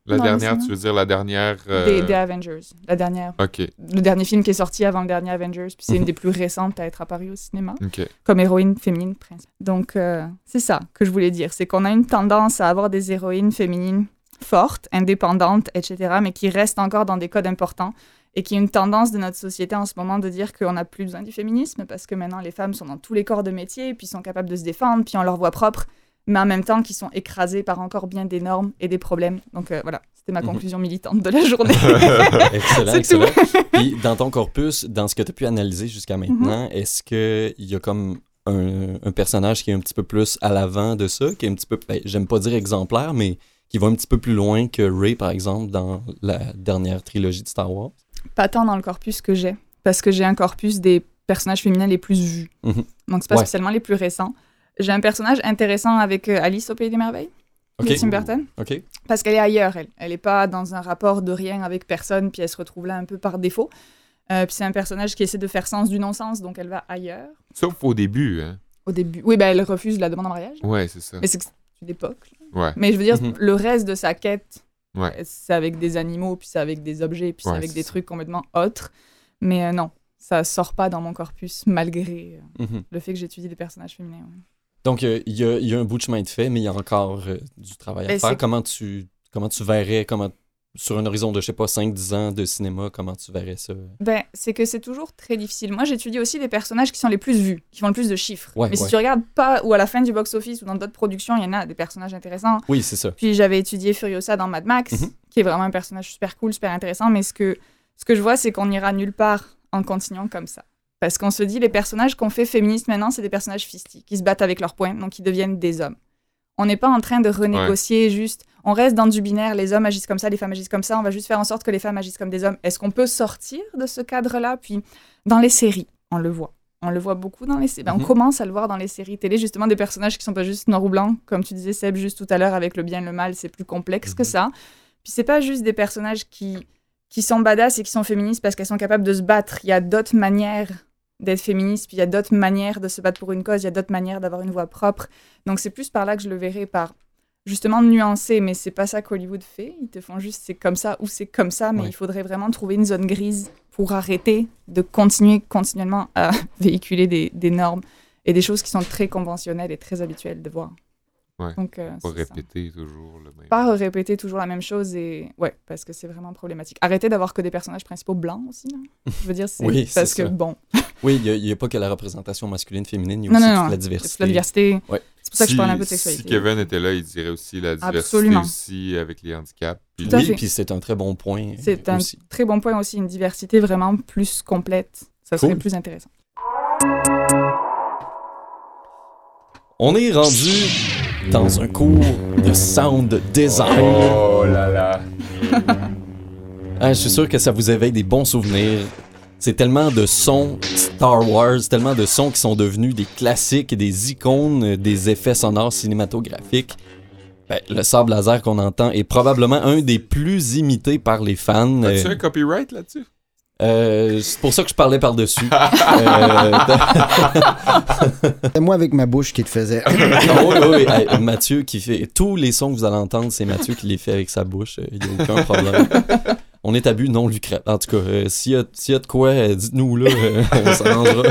A: La
C: dans
A: dernière,
C: le
A: tu veux dire la dernière...
C: des Avengers. La dernière.
A: OK,
C: Le dernier film qui est sorti avant le dernier Avengers, puis c'est une des plus récentes à être apparue au cinéma,
A: OK.
C: comme héroïne féminine principale. Donc, c'est ça que je voulais dire. C'est qu'on a une tendance à avoir des héroïnes féminines fortes, indépendantes, etc., mais qui restent encore dans des codes importants et qui est une tendance de notre société en ce moment de dire qu'on n'a plus besoin du féminisme parce que maintenant les femmes sont dans tous les corps de métier, puis sont capables de se défendre, puis ont leur voix propre, mais en même temps qui sont écrasées par encore bien des normes et des problèmes. Donc voilà, c'était ma conclusion militante de la journée.
B: Excellent,
C: C'est
B: excellent.
C: tout.
B: Puis dans ton corpus, dans ce que tu as pu analyser jusqu'à maintenant, est-ce qu'il y a comme un personnage qui est un petit peu plus à l'avant de ça, qui est un petit peu, j'aime pas dire exemplaire, mais qui va un petit peu plus loin que Rey, par exemple, dans la dernière trilogie de Star Wars?
C: Pas tant dans le corpus que j'ai, parce que j'ai un corpus des personnages féminins les plus vus. Donc c'est pas spécialement les plus récents. J'ai un personnage intéressant avec Alice au Pays des Merveilles, de Tim Burton, parce qu'elle est ailleurs, elle est pas dans un rapport de rien avec personne, puis elle se retrouve là un peu par défaut. Puis c'est un personnage qui essaie de faire sens du non-sens, donc elle va ailleurs.
A: Sauf au début, hein.
C: Au début, oui, ben elle refuse la demande en mariage.
A: Ouais, c'est ça.
C: Mais c'est une époque.
A: Ouais.
C: Mais je veux dire, le reste de sa quête,
A: Ouais.
C: c'est avec des animaux, puis c'est avec des objets, puis c'est avec des
A: ça.
C: trucs complètement autres. Mais non, ça sort pas dans mon corpus, malgré le fait que j'étudie des personnages féminins. Ouais.
B: Donc, il y a un bout de chemin de fait, mais il y a encore du travail à faire. Comment tu verrais, sur un horizon de, je sais pas, 5-10 ans de cinéma, comment tu verrais ça?
C: Ben, c'est que c'est toujours très difficile. Moi, j'étudie aussi des personnages qui sont les plus vus, qui font le plus de chiffres.
B: Ouais,
C: mais si tu regardes pas, ou à la fin du box-office, ou dans d'autres productions, il y en a des personnages intéressants.
B: Oui, c'est ça.
C: Puis j'avais étudié Furiosa dans Mad Max, qui est vraiment un personnage super cool, super intéressant, mais ce que je vois, c'est qu'on n'ira nulle part en continuant comme ça. Parce qu'on se dit, les personnages qu'on fait féministes maintenant, c'est des personnages fisty, qui se battent avec leurs poings, donc qui deviennent des hommes. On n'est pas en train de renégocier juste... On reste dans du binaire, les hommes agissent comme ça, les femmes agissent comme ça, on va juste faire en sorte que les femmes agissent comme des hommes. Est-ce qu'on peut sortir de ce cadre-là? Puis, dans les séries, on le voit. On le voit beaucoup dans les séries. On commence à le voir dans les séries télé, justement, des personnages qui sont pas juste noir ou blanc, comme tu disais, Seb, juste tout à l'heure, avec le bien et le mal, c'est plus complexe que ça. Puis c'est pas juste des personnages qui sont badass et qui sont féministes parce qu'elles sont capables de se battre. Il y a d'autres manières d'être féministe, puis il y a d'autres manières de se battre pour une cause, il y a d'autres manières d'avoir une voix propre. Donc c'est plus par là que je le verrai, par justement nuancer, mais c'est pas ça qu'Hollywood fait. Ils te font juste c'est comme ça ou c'est comme ça, mais il faudrait vraiment trouver une zone grise pour arrêter de continuer continuellement à véhiculer des normes et des choses qui sont très conventionnelles et très habituelles de voir.
A: Ouais.
C: Donc,
A: pas répéter toujours le même.
C: Pas répéter toujours la même chose, et ouais, parce que c'est vraiment problématique. Arrêter d'avoir que des personnages principaux blancs aussi, là. Je veux dire, c'est parce que bon.
B: Oui, il n'y a pas que la représentation masculine, féminine, il y a aussi toute la diversité.
C: Toute la diversité.
B: Ouais.
C: C'est pour ça que je parle un peu de sexualité.
A: Si Kevin était là, il dirait aussi la diversité aussi avec les handicaps.
B: Puis puis c'est un très bon point.
C: C'est un très bon point aussi, une diversité vraiment plus complète. Ça serait plus intéressant.
B: On est rendu dans un cours de sound design.
A: Oh là là!
B: Je suis sûr que ça vous éveille des bons souvenirs. C'est tellement de sons Star Wars, tellement de sons qui sont devenus des classiques et des icônes des effets sonores cinématographiques. Le sable laser qu'on entend est probablement un des plus imités par les fans.
A: As-tu un copyright là-dessus?
B: C'est pour ça que je parlais par-dessus.
D: C'est moi avec ma bouche qui le faisait.
B: Oui. Mathieu qui fait... Tous les sons que vous allez entendre, c'est Mathieu qui les fait avec sa bouche. Il n'y a aucun problème. On est à but non lucratif. En tout cas, s'il y a de quoi, dites-nous là, on s'arrangera.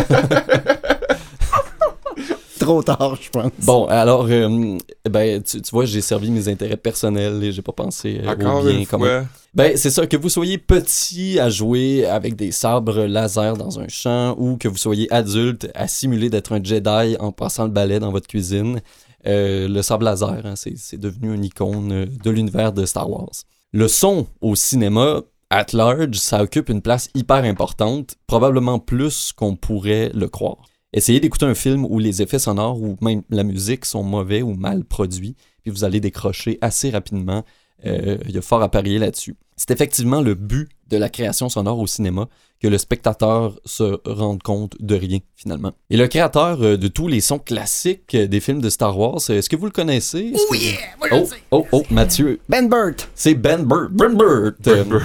D: Trop tard, je pense.
B: Bon, alors, tu vois, j'ai servi mes intérêts personnels et j'ai pas pensé
A: Encore
B: au bien
A: une
B: commun. C'est ça, que vous soyez petit à jouer avec des sabres laser dans un champ ou que vous soyez adulte à simuler d'être un Jedi en passant le balai dans votre cuisine, le sabre laser, c'est devenu une icône de l'univers de Star Wars. Le son au cinéma, at large, ça occupe une place hyper importante, probablement plus qu'on pourrait le croire. Essayez d'écouter un film où les effets sonores ou même la musique sont mauvais ou mal produits, puis vous allez décrocher assez rapidement. Il y a fort à parier là-dessus. C'est effectivement le but de la création sonore au cinéma que le spectateur se rende compte de rien, finalement. Et le créateur de tous les sons classiques des films de Star Wars, est-ce que vous le connaissez? Oh, Mathieu.
D: Ben Burtt.
B: C'est Ben Burtt.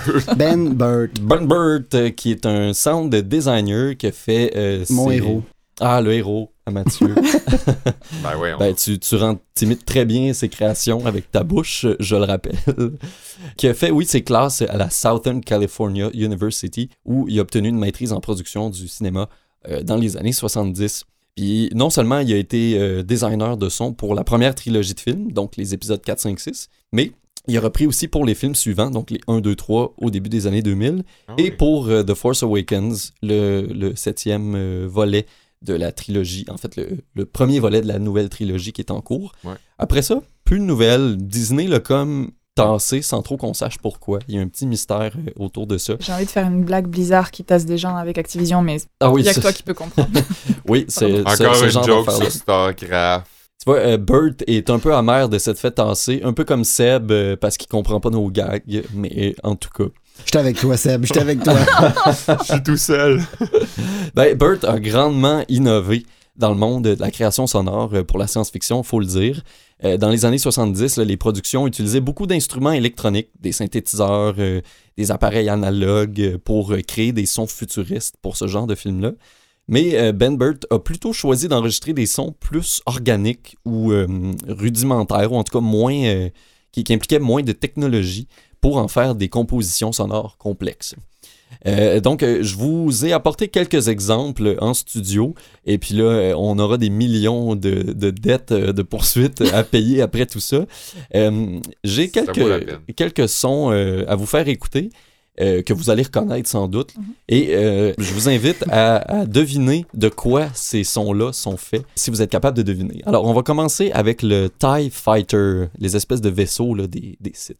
D: Ben Burtt.
B: Ben Burtt, qui est un sound designer qui a fait...
D: Mon héros.
B: Ah, le héros, à Mathieu.
A: Ben ouais,
B: Ben, t'imites très bien ses créations avec ta bouche, je le rappelle. Qui a fait, oui, ses classes à la Southern California University, où il a obtenu une maîtrise en production du cinéma dans les années 70. Puis non seulement il a été designer de son pour la première trilogie de films, donc les épisodes 4, 5, 6, mais il a repris aussi pour les films suivants, donc les 1, 2, 3 au début des années 2000, et pour The Force Awakens, le 7e volet de la trilogie, en fait le premier volet de la nouvelle trilogie qui est en cours.
A: Ouais.
B: Après ça, plus de nouvelles. Disney l'a comme tassé sans trop qu'on sache pourquoi. Il y a un petit mystère autour de ça.
C: J'ai envie de faire une blague Blizzard qui tasse des gens avec Activision, mais
B: Ah oui,
C: il n'y a que toi qui peux comprendre.
B: oui, c'est
A: Encore
B: ce
A: une
B: genre
A: joke
B: d'affaire-là.
A: sur StarCraft.
B: Tu vois, Bert est un peu amer de cette fête tassée, un peu comme Seb parce qu'il comprend pas nos gags, mais en tout cas.
D: J'étais avec toi, Seb, j'étais avec toi.
A: Je suis tout seul.
B: Ben, Bert a grandement innové dans le monde de la création sonore pour la science-fiction, faut le dire. Dans les années 70, les productions utilisaient beaucoup d'instruments électroniques, des synthétiseurs, des appareils analogues pour créer des sons futuristes pour ce genre de film-là. Mais Ben Burt a plutôt choisi d'enregistrer des sons plus organiques ou rudimentaires, ou en tout cas moins, qui impliquaient moins de technologie pour en faire des compositions sonores complexes. Donc, je vous ai apporté quelques exemples en studio, et puis là, on aura des millions de dettes de poursuites à payer après tout ça. J'ai
A: Ça vaut la peine.
B: quelques sons à vous faire écouter. Que vous allez reconnaître sans doute. Et je vous invite à deviner de quoi ces sons-là sont faits, si vous êtes capable de deviner. Alors, on va commencer avec le TIE Fighter, les espèces de vaisseaux là, des Sith.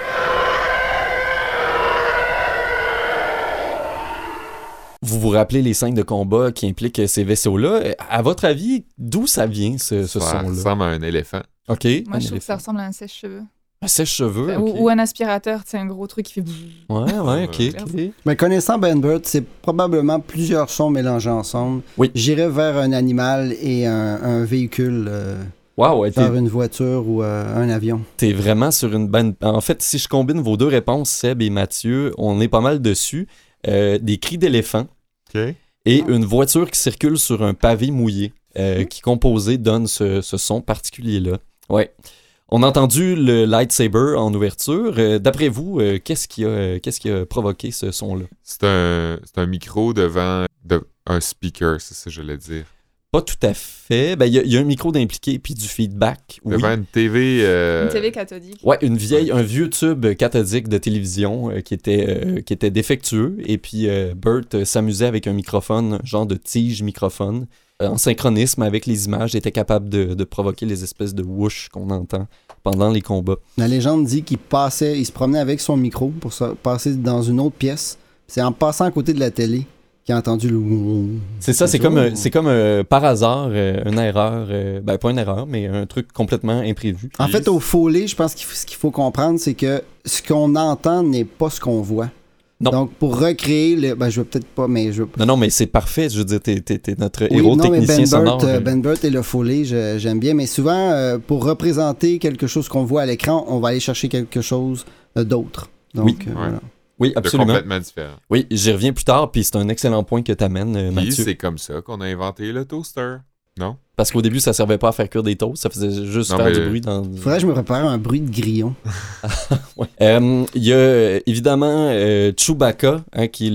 B: Vous vous rappelez les scènes de combat qui impliquent ces vaisseaux-là. À votre avis, d'où ça vient, ce
A: Ça
B: son-là?
A: ressemble à un éléphant.
B: OK.
C: Moi, je trouve que ça ressemble à un sèche-cheveux.
B: Un sèche-cheveux,
C: Ou-
B: OK.
C: Ou un aspirateur, c'est un gros truc qui fait...
B: Ouais, OK,
A: Ouais.
B: OK.
D: Mais connaissant Ben Burt, c'est probablement plusieurs sons mélangés ensemble.
B: Oui.
D: J'irais vers un animal et un véhicule,
B: Wow, ouais,
D: vers une voiture ou un avion.
B: t'es vraiment sur une bonne... En fait, si je combine vos deux réponses, Seb et Mathieu, on est pas mal dessus. Des cris d'éléphant
A: OK.
B: et une voiture qui circule sur un pavé mouillé qui, composé, donne ce son particulier-là. Ouais. On a entendu le lightsaber en ouverture. D'après vous, qu'est-ce qui a provoqué ce son-là?
A: C'est un micro devant un speaker, c'est ça que je voulais dire.
B: Pas tout à fait. Ben, il y a un micro d'impliqué puis du feedback. Oui.
A: Devant une TV...
C: Une TV cathodique.
B: Ouais, un vieux tube cathodique de télévision qui était défectueux. Et puis Bert s'amusait avec un microphone, genre de tige microphone, en synchronisme avec les images, était capable de provoquer les espèces de whoosh qu'on entend pendant les combats.
D: La légende dit qu'il se promenait avec son micro pour passer dans une autre pièce. C'est en passant à côté de la télé qu'il a entendu le...
B: C'est ça, c'est comme par hasard une erreur, ben pas une erreur, mais un truc complètement imprévu.
D: En fait, au Foley, je pense ce qu'il faut comprendre, c'est que ce qu'on entend n'est pas ce qu'on voit.
B: Non.
D: Donc, pour recréer je veux peut-être pas, mais je...
B: Non, mais c'est parfait. Je veux dire, t'es notre
D: Oui,
B: héros
D: non, mais
B: technicien sonore.
D: Ben Burt et le Foley, j'aime bien. Mais souvent, pour représenter quelque chose qu'on voit à l'écran, on va aller chercher quelque chose d'autre. Donc,
B: Oui.
D: voilà.
B: Oui,
A: de
B: absolument.
A: complètement différent.
B: Oui, j'y reviens plus tard, puis c'est un excellent point que t'amènes,
A: Puis
B: Mathieu.
A: c'est comme ça qu'on a inventé le toaster. Non?
B: Parce qu'au début, ça servait pas à faire cuire des toasts, ça faisait juste
A: Non,
B: faire
A: mais-
B: du bruit dans...
D: Faudrait que je me prépare un bruit de grillon.
B: Ouais. Il y a évidemment Chewbacca, qui est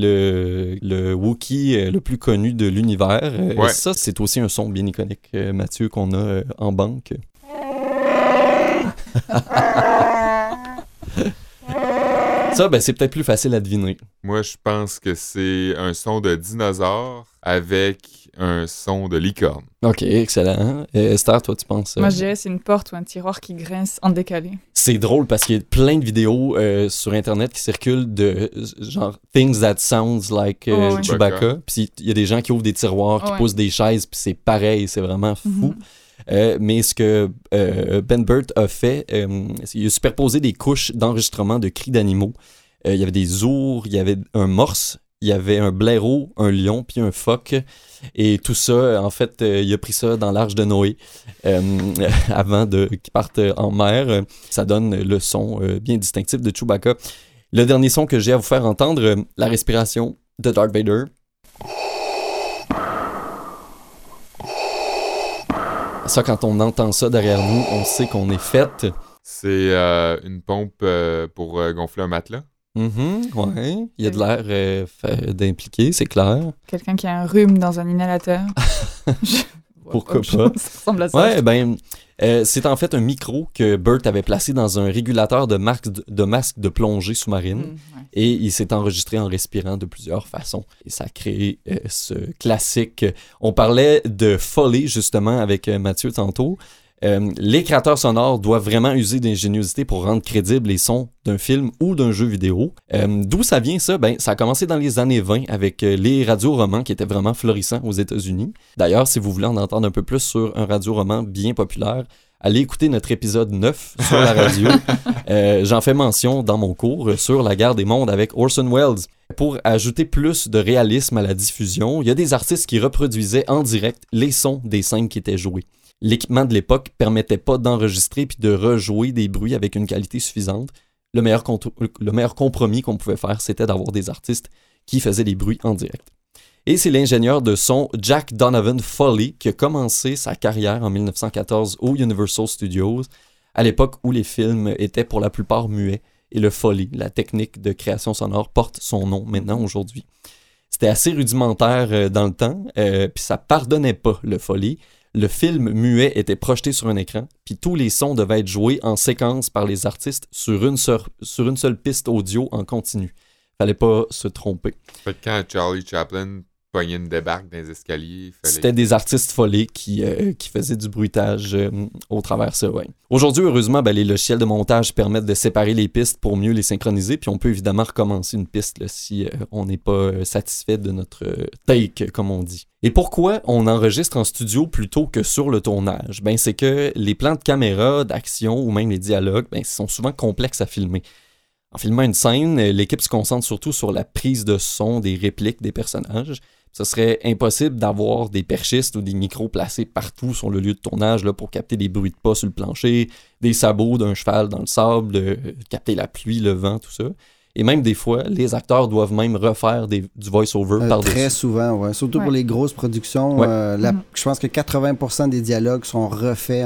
B: le Wookiee le plus connu de l'univers.
A: Ouais.
B: Ça, c'est aussi un son bien iconique, Mathieu, qu'on a en banque. Ça, ben, c'est peut-être plus facile à deviner.
A: Moi, je pense que c'est un son de dinosaure avec un son de licorne.
B: Ok, excellent. Esther, toi, tu penses...
C: Moi, je dirais c'est une porte ou un tiroir qui grince en décalé.
B: C'est drôle parce qu'il y a plein de vidéos sur Internet qui circulent de genre « things that sounds like
C: Oh, oui.
B: Chewbacca ». Puis il y a des gens qui ouvrent des tiroirs, qui
C: Ouais.
B: posent des chaises, puis c'est pareil, c'est vraiment fou. Mais ce que Ben Burt a fait, il a superposé des couches d'enregistrement de cris d'animaux. Il y avait des ours, il y avait un morse, il y avait un blaireau, un lion, puis un phoque. Et tout ça, en fait, il a pris ça dans l'arche de Noé avant qu'il parte en mer. Ça donne le son bien distinctif de Chewbacca. Le dernier son que j'ai à vous faire entendre, la respiration de Darth Vader. Ça, quand on entend ça derrière nous, on sait qu'on est fait.
A: C'est une pompe pour gonfler un matelas.
B: Ouais. Il y a de l'air d'impliquer, c'est clair.
C: Quelqu'un qui a un rhume dans un inhalateur.
B: Pourquoi pas?
C: Ça ressemble à ça.
B: Ouais, c'est en fait un micro que Bert avait placé dans un régulateur de masque de plongée sous-marine.
C: Ouais.
B: Et il s'est enregistré en respirant de plusieurs façons. Et ça a créé ce classique. On parlait de Foley, justement, avec Mathieu tantôt. Les créateurs sonores doivent vraiment user d'ingéniosité pour rendre crédibles les sons d'un film ou d'un jeu vidéo. D'où ça vient ça? Ça a commencé dans les années 20 avec les radioromans qui étaient vraiment florissants aux États-Unis. D'ailleurs, si vous voulez en entendre un peu plus sur un radioroman bien populaire, allez écouter notre épisode 9 sur la radio. J'en fais mention dans mon cours sur la guerre des mondes avec Orson Welles. Pour ajouter plus de réalisme à la diffusion, il y a des artistes qui reproduisaient en direct les sons des scènes qui étaient jouées. L'équipement de l'époque permettait pas d'enregistrer puis de rejouer des bruits avec une qualité suffisante. Le meilleur compromis qu'on pouvait faire, c'était d'avoir des artistes qui faisaient des bruits en direct. Et c'est l'ingénieur de son Jack Donovan Foley qui a commencé sa carrière en 1914 au Universal Studios, à l'époque où les films étaient pour la plupart muets. Et le Foley, la technique de création sonore, porte son nom maintenant aujourd'hui. C'était assez rudimentaire dans le temps, puis ça pardonnait pas le Foley. Le film muet était projeté sur un écran, puis tous les sons devaient être joués en séquence par les artistes sur une seule piste audio en continu. Fallait pas se tromper.
A: Fait que quand Charlie Chaplin pognait une débarque dans les escaliers,
B: c'était des artistes Foley qui faisaient du bruitage au travers ça, ouais. Aujourd'hui, heureusement, les logiciels de montage permettent de séparer les pistes pour mieux les synchroniser, puis on peut évidemment recommencer une piste là, si on n'est pas satisfait de notre take, comme on dit. Et pourquoi on enregistre en studio plutôt que sur le tournage? C'est que les plans de caméra, d'action ou même les dialogues, sont souvent complexes à filmer. En filmant une scène, l'équipe se concentre surtout sur la prise de son des répliques des personnages. Ce serait impossible d'avoir des perchistes ou des micros placés partout sur le lieu de tournage là, pour capter des bruits de pas sur le plancher, des sabots d'un cheval dans le sable, capter la pluie, le vent, tout ça. Et même des fois, les acteurs doivent même refaire du voice-over par-dessus.
D: Très souvent, ouais. Surtout pour les grosses productions.
B: Ouais.
D: Je pense que 80% des dialogues sont refaits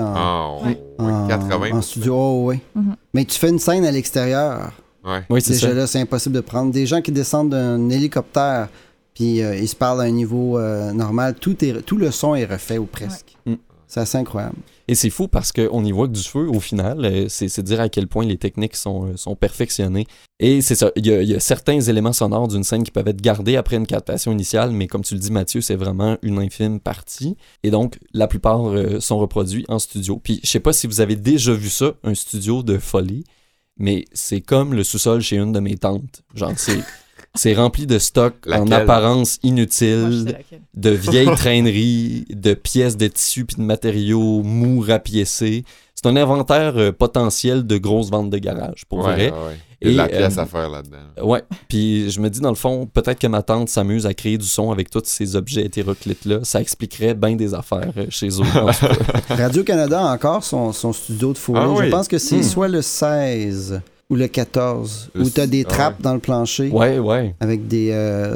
D: en studio. Oh, oui. Mais tu fais une scène à l'extérieur.
A: Ouais.
B: Oui, c'est
D: déjà
B: ça.
D: là, c'est impossible de prendre. Des gens qui descendent d'un hélicoptère, puis ils se parlent à un niveau normal. Tout le son est refait ou presque.
B: Ouais.
D: C'est assez incroyable.
B: Et c'est fou parce qu'on y voit que du feu, au final, c'est dire à quel point les techniques sont perfectionnées. Et c'est ça, il y a certains éléments sonores d'une scène qui peuvent être gardés après une captation initiale, mais comme tu le dis, Mathieu, c'est vraiment une infime partie. Et donc, la plupart sont reproduits en studio. Puis, je sais pas si vous avez déjà vu ça, un studio de Foley, mais c'est comme le sous-sol chez une de mes tantes. Genre, c'est rempli de stocks en apparence inutile, de vieilles traîneries, de pièces de tissu puis de matériaux mous rapiécés. C'est un inventaire potentiel de grosses ventes de garage, pour vrai.
A: Ouais. Il y a de la pièce à faire là-dedans.
B: Ouais, puis je me dis, dans le fond, peut-être que ma tante s'amuse à créer du son avec tous ces objets hétéroclites-là. Ça expliquerait bien des affaires chez eux.
D: Radio-Canada a encore son studio de Foley.
A: Oui.
D: Je pense que c'est soit le 16... ou le 14, où tu as des trappes dans le plancher.
B: Ouais.
D: Avec des...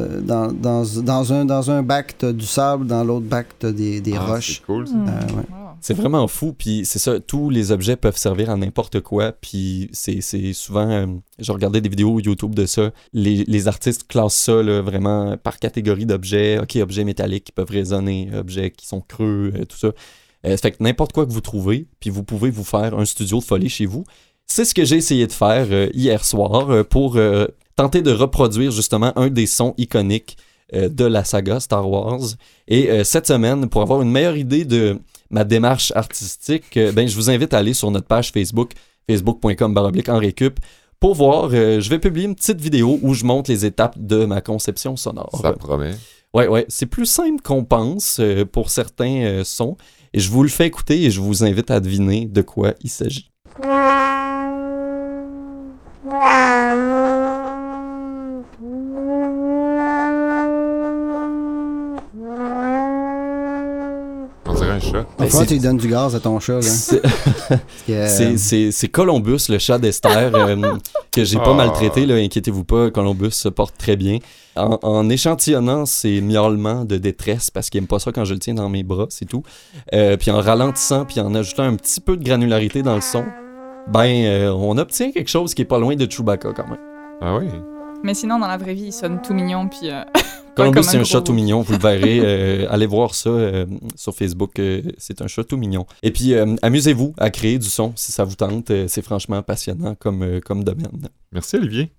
D: dans un bac, tu as du sable, dans l'autre bac, tu as des roches.
A: C'est cool, ça.
D: Ouais.
B: C'est vraiment fou, puis c'est ça, tous les objets peuvent servir à n'importe quoi, puis c'est souvent... je regardais des vidéos YouTube de ça, les artistes classent ça là, vraiment par catégorie d'objets. OK, objets métalliques qui peuvent résonner, objets qui sont creux, tout ça. Ça fait que n'importe quoi que vous trouvez, puis vous pouvez vous faire un studio de Foley chez vous. C'est ce que j'ai essayé de faire hier soir pour tenter de reproduire justement un des sons iconiques de la saga Star Wars. Et cette semaine, pour avoir une meilleure idée de ma démarche artistique, je vous invite à aller sur notre page Facebook, facebook.com/enrecup, pour voir, je vais publier une petite vidéo où je montre les étapes de ma conception sonore.
A: Ça promet.
B: Ouais, c'est plus simple qu'on pense pour certains sons. Et je vous le fais écouter et je vous invite à deviner de quoi il s'agit.
A: On dirait un chat.
D: Pourquoi tu lui donnes du gaz à ton chat, là?
B: C'est Columbus, le chat d'Esther, que j'ai pas maltraité, là, inquiétez-vous pas, Columbus se porte très bien. En échantillonnant ses miaulements de détresse, parce qu'il aime pas ça quand je le tiens dans mes bras, c'est tout, puis en ralentissant, puis en ajoutant un petit peu de granularité dans le son, on obtient quelque chose qui est pas loin de Chewbacca quand même.
A: Ah oui?
C: Mais sinon, dans la vraie vie, il sonne tout mignon, puis...
B: Columbus, c'est un chat tout mignon, vous le verrez. Allez voir ça sur Facebook, c'est un chat tout mignon. Et puis, amusez-vous à créer du son si ça vous tente. C'est franchement passionnant comme domaine.
A: Merci, Olivier.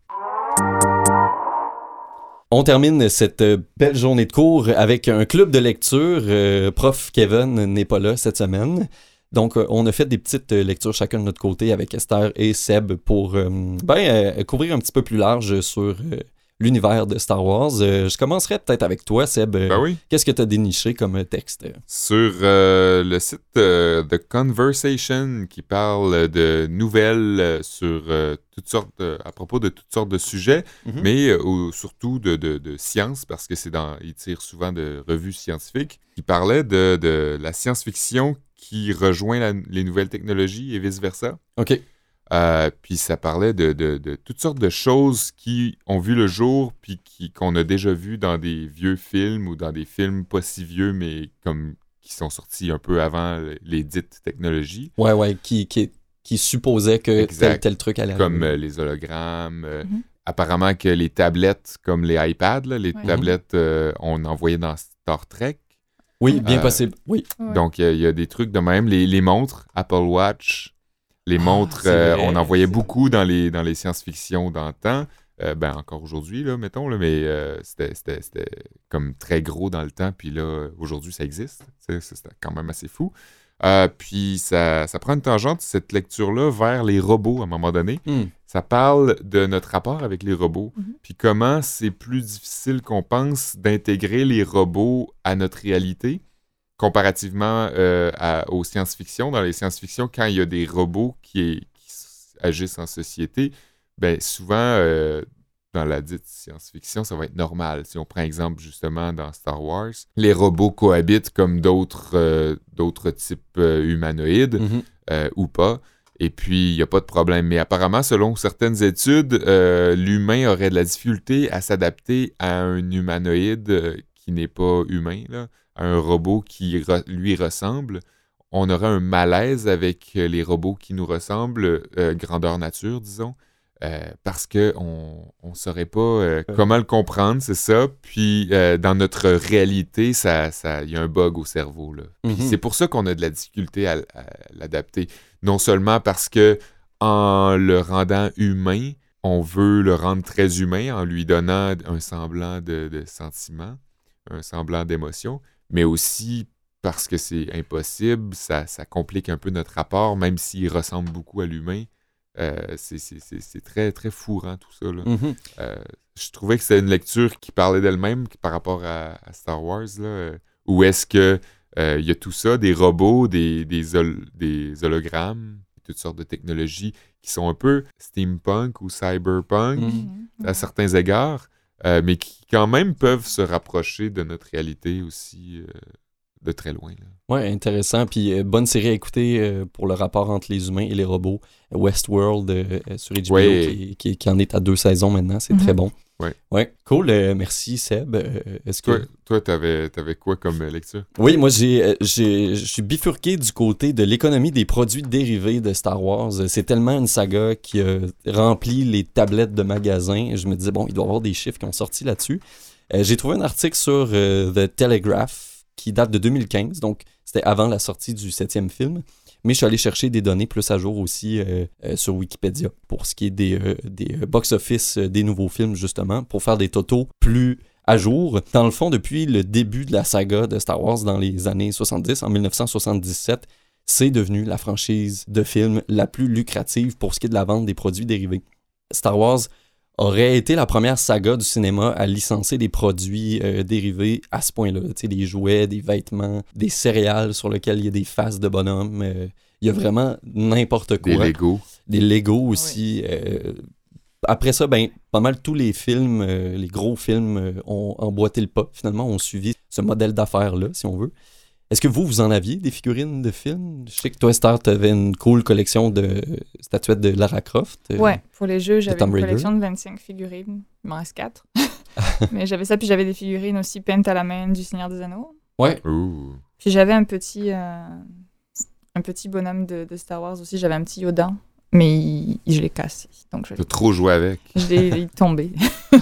B: On termine cette belle journée de cours avec un club de lecture. Prof Kevin n'est pas là cette semaine. Donc, on a fait des petites lectures chacun de notre côté avec Esther et Seb pour couvrir un petit peu plus large sur l'univers de Star Wars. Je commencerai peut-être avec toi, Seb.
A: Oui.
B: Qu'est-ce que tu as déniché comme texte?
A: Sur le site The Conversation qui parle de nouvelles sur toutes sortes à propos de toutes sortes de sujets, mais surtout de science, parce que il tire souvent de revues scientifiques, qui parlait de la science-fiction qui rejoint les nouvelles technologies et vice-versa.
B: OK.
A: Puis ça parlait de toutes sortes de choses qui ont vu le jour, puis qu'on a déjà vu dans des vieux films ou dans des films pas si vieux, mais qui sont sortis un peu avant les dites technologies.
B: Ouais, qui supposaient que tel truc allait arriver.
A: Comme les hologrammes. Apparemment que les tablettes, comme les iPads, les tablettes, on en voyait dans Star Trek.
B: Oui, bien possible, oui.
C: Ouais.
A: Donc, il y a des trucs de même. Les montres, Apple Watch, les montres, on en voyait beaucoup dans les science-fiction dans le temps. Encore aujourd'hui, là, mettons, là, mais c'était comme très gros dans le temps. Puis là, aujourd'hui, ça existe. C'était quand même assez fou. Puis ça prend une tangente, cette lecture-là, vers les robots à un moment donné. Ça parle de notre rapport avec les robots, puis comment c'est plus difficile qu'on pense d'intégrer les robots à notre réalité, comparativement aux science-fiction. Dans les science-fiction, quand il y a des robots qui agissent en société, souvent, dans la dite science-fiction, ça va être normal. Si on prend exemple justement dans Star Wars, les robots cohabitent comme d'autres types humanoïdes ou pas. Et puis, il n'y a pas de problème. Mais apparemment, selon certaines études, l'humain aurait de la difficulté à s'adapter à un humanoïde qui n'est pas humain, là, à un robot qui lui ressemble. On aurait un malaise avec les robots qui nous ressemblent, grandeur nature, disons. Parce qu'on ne saurait pas comment le comprendre, c'est ça. Puis, dans notre réalité, il y a un bug au cerveau, là. Puis c'est pour ça qu'on a de la difficulté à l'adapter. Non seulement parce que en le rendant humain, on veut le rendre très humain en lui donnant un semblant de sentiment, un semblant d'émotion, mais aussi parce que c'est impossible, ça complique un peu notre rapport, même s'il ressemble beaucoup à l'humain. C'est très, très fourrant tout ça, là. Je trouvais que c'était une lecture qui parlait d'elle-même par rapport à Star Wars, là, où est-ce que il y a tout ça, des robots, des hologrammes, toutes sortes de technologies qui sont un peu steampunk ou cyberpunk à certains égards, mais qui quand même peuvent se rapprocher de notre réalité aussi de très loin, là.
B: Ouais, intéressant. Puis bonne série à écouter pour le rapport entre les humains et les robots. Westworld sur HBO, qui en est à 2 saisons maintenant. C'est très bon. Ouais, cool. Merci, Seb. Est-ce que...
A: Toi, t'avais quoi comme lecture?
B: Oui, moi, je suis bifurqué du côté de l'économie des produits dérivés de Star Wars. C'est tellement une saga qui a rempli les tablettes de magasins. Je me disais, bon, il doit y avoir des chiffres qui ont sorti là-dessus. J'ai trouvé un article sur The Telegraph qui date de 2015, donc c'était avant la sortie du 7e film. Mais je suis allé chercher des données plus à jour aussi sur Wikipédia pour ce qui est des box-office des nouveaux films, justement, pour faire des totaux plus à jour. Dans le fond, depuis le début de la saga de Star Wars dans les années 70, en 1977, c'est devenu la franchise de films la plus lucrative pour ce qui est de la vente des produits dérivés. Star Wars aurait été la première saga du cinéma à licencier des produits dérivés à ce point-là. Tu sais, des jouets, des vêtements, des céréales sur lesquels il y a des faces de bonhommes. Il y a vraiment n'importe quoi.
A: Des Legos.
B: Des Legos aussi. Après ça, pas mal tous les films, les gros films ont emboîté le pas. Finalement, ont suivi ce modèle d'affaires-là, si on veut. Est-ce que vous en aviez des figurines de films? Je sais que toi, Esther, tu avais une cool collection de statuettes de Lara Croft.
C: Ouais, pour les jeux, j'avais
B: Tomb
C: une
B: Raider.
C: collection de 25 figurines. Il m'en reste 4. Mais j'avais ça, puis j'avais des figurines aussi peintes à la main du Seigneur des Anneaux.
B: Ouais.
A: Ouh.
C: Puis j'avais un petit bonhomme de Star Wars aussi. J'avais un petit Yoda, mais je l'ai cassé. Donc
A: T'as trop joué avec.
C: je l'ai tombé.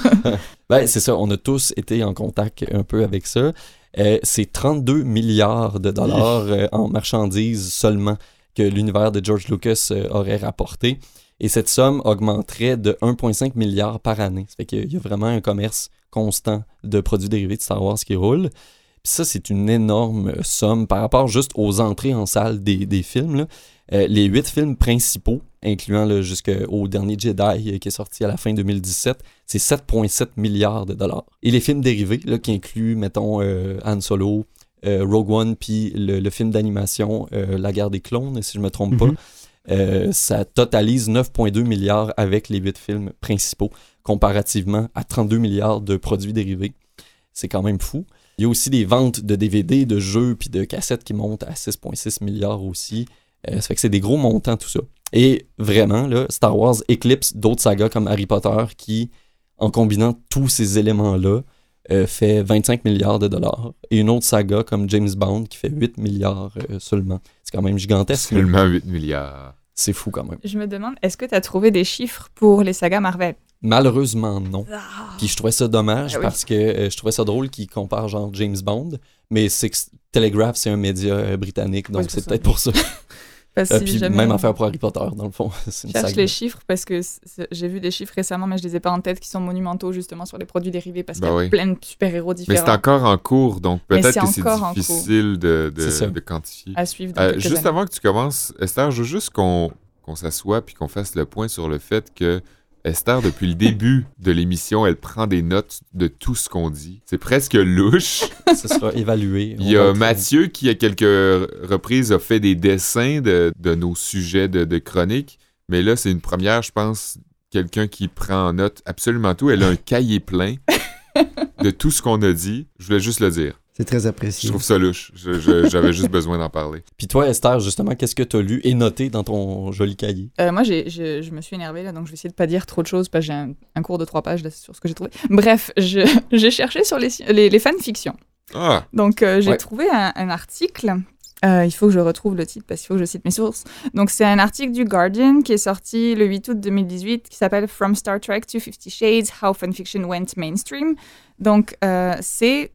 B: Ben, c'est ça, on a tous été en contact un peu avec ça. C'est 32 milliards de dollars en marchandises seulement que l'univers de George Lucas aurait rapporté. Et cette somme augmenterait de 1,5 milliard par année. Ça fait qu'il y a vraiment un commerce constant de produits dérivés de Star Wars qui roule. Puis ça, c'est une énorme somme par rapport juste aux entrées en salle des films, là. Les 8 films principaux, incluant jusqu'au dernier Jedi qui est sorti à la fin 2017, c'est 7,7 milliards de dollars. Et les films dérivés, là, qui incluent, mettons, Han Solo, Rogue One, puis le film d'animation La Guerre des clones, si je ne me trompe pas, ça totalise 9,2 milliards avec les 8 films principaux, comparativement à 32 milliards de produits dérivés. C'est quand même fou. Il y a aussi des ventes de DVD, de jeux puis de cassettes qui montent à 6,6 milliards aussi. Ça fait que c'est des gros montants, tout ça. Et vraiment, là, Star Wars éclipse d'autres sagas comme Harry Potter qui, en combinant tous ces éléments-là, fait 25 milliards de dollars. Et une autre saga comme James Bond qui fait 8 milliards seulement. C'est quand même gigantesque.
A: Seulement 8 milliards.
B: C'est fou quand même.
C: Je me demande, est-ce que tu as trouvé des chiffres pour les sagas Marvel?
B: Malheureusement, non.
C: Ah.
B: Puis je trouvais ça dommage
C: Ah oui.
B: parce que je trouvais ça drôle qu'ils comparent genre James Bond, mais c'est que Telegraph, c'est un média britannique, donc
C: Ouais, c'est
B: c'est
C: pour ça.
B: peut-être pour ça.
C: Parce que si
B: Puis
C: jamais
B: même
C: on
B: affaire pour Harry Potter, dans le fond. C'est une
C: cherche
B: saga.
C: les chiffres, parce que j'ai vu des chiffres récemment, mais je les ai pas en tête, qui sont monumentaux justement sur les produits dérivés, parce
A: Ben
C: qu'il y a
A: oui.
C: plein de super-héros
A: Mais
C: différents
A: c'est encore en cours, donc
C: Mais
A: peut-être
C: c'est
A: que c'est
C: encore en
A: difficile
B: C'est ça.
A: de quantifier.
C: à suivre dans quelques
A: Juste
C: années.
A: avant que tu commences, Esther, je veux juste qu'on s'assoie puis qu'on fasse le point sur le fait que Esther, depuis le début de l'émission, elle prend des notes de tout ce qu'on dit. C'est presque louche.
B: Ça sera évalué.
A: Il y a Mathieu qui, à quelques reprises, a fait des dessins de nos sujets de chronique. Mais là, c'est une première, je pense, quelqu'un qui prend en note absolument tout. Elle a un cahier plein de tout ce qu'on a dit. Je voulais juste le dire.
D: C'est très
A: Je
D: apprécié.
A: trouve ça louche. J'avais juste besoin d'en parler.
B: Puis toi, Esther, justement, qu'est-ce que tu as lu et noté dans ton joli cahier?
C: Moi, je me suis énervée, là, donc je vais essayer de pas dire trop de choses, parce que j'ai un cours de 3 pages là, sur ce que j'ai trouvé. Bref, j'ai cherché sur les fanfictions.
A: Ah!
C: Donc, j'ai
B: Ouais.
C: trouvé un article. Il faut que je retrouve le titre parce qu'il faut que je cite mes sources. Donc, c'est un article du Guardian qui est sorti le 8 août 2018 qui s'appelle From Star Trek to 50 Shades, How Fanfiction Went Mainstream. Donc, c'est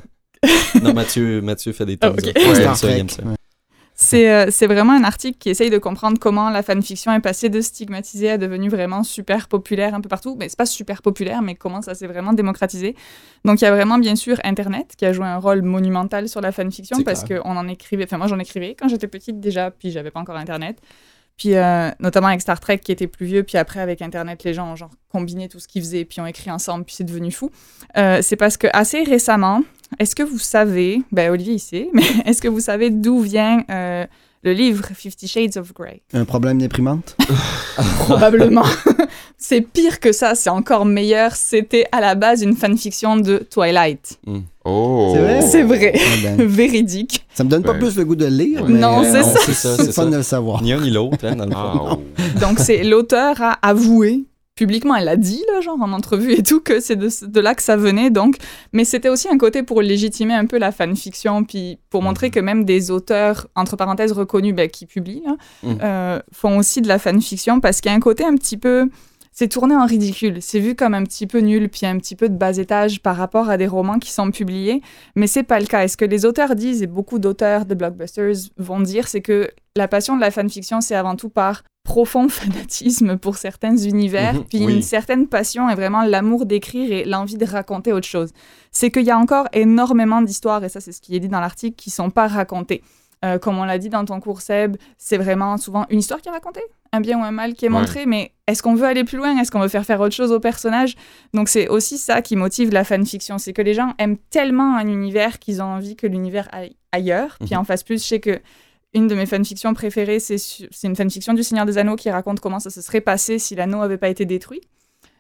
B: Non, Mathieu fait des
C: Ah,
B: thumbs
C: ok.
B: up. Ouais,
D: Star
B: ça, il aime
D: Trek.
B: ça.
D: Ouais.
C: C'est vraiment un article qui essaye de comprendre comment la fanfiction est passée de stigmatisée à devenue vraiment super populaire un peu partout. Mais c'est pas super populaire, mais comment ça s'est vraiment démocratisé. Donc il y a vraiment bien sûr Internet qui a joué un rôle monumental sur la fanfiction
B: C'est
C: parce
B: clair.
C: qu'on en écrivait. Enfin moi j'en écrivais quand j'étais petite déjà, puis j'avais pas encore Internet. Puis notamment avec Star Trek qui était plus vieux, puis après avec Internet les gens ont genre combiné tout ce qu'ils faisaient, puis ont écrit ensemble, puis c'est devenu fou. C'est parce que assez récemment, est-ce que vous savez, ben Olivier il sait, mais est-ce que vous savez d'où vient le livre 50 Shades of Grey?
D: Un problème d'imprimante?
C: Probablement. C'est pire que ça, c'est encore meilleur. C'était à la base une fanfiction de Twilight.
A: Oh!
D: C'est vrai?
C: C'est vrai.
D: Ah ben,
C: Véridique.
D: ça me donne pas
A: Ben,
D: plus le goût de le lire,
A: ouais.
D: mais
C: Non, c'est ça.
B: C'est ça,
D: c'est
B: c'est
D: fun
B: ça.
D: de le savoir.
B: Ni un ni l'autre, hein, dans le fond.
A: Ah, oh.
C: Donc c'est l'auteur a avoué publiquement, elle l'a dit là, genre en entrevue et tout, que c'est de là que ça venait. Donc, mais c'était aussi un côté pour légitimer un peu la fanfiction, puis pour montrer que même des auteurs entre parenthèses reconnus, ben, qui publient, là, font aussi de la fanfiction parce qu'il y a un côté un petit peu c'est tourné en ridicule. C'est vu comme un petit peu nul, puis un petit peu de bas étage par rapport à des romans qui sont publiés, mais c'est pas le cas. Et ce que les auteurs disent, et beaucoup d'auteurs de blockbusters vont dire, c'est que la passion de la fanfiction, c'est avant tout par profond fanatisme pour certains univers, puis
B: oui.
C: une certaine passion et vraiment l'amour d'écrire et l'envie de raconter autre chose. C'est qu'il y a encore énormément d'histoires, et ça c'est ce qui est dit dans l'article, qui sont pas racontées. Comme on l'a dit dans ton cours, Seb, c'est vraiment souvent une histoire qui est racontée, un bien ou un mal qui est montré, mais est-ce qu'on veut aller plus loin? Est-ce qu'on veut faire autre chose aux personnages? Donc c'est aussi ça qui motive la fanfiction, c'est que les gens aiment tellement un univers qu'ils ont envie que l'univers aille ailleurs, puis en fasse plus. Je sais que une de mes fanfictions préférées, c'est une fanfiction du Seigneur des Anneaux qui raconte comment ça se serait passé si l'anneau n'avait pas été détruit.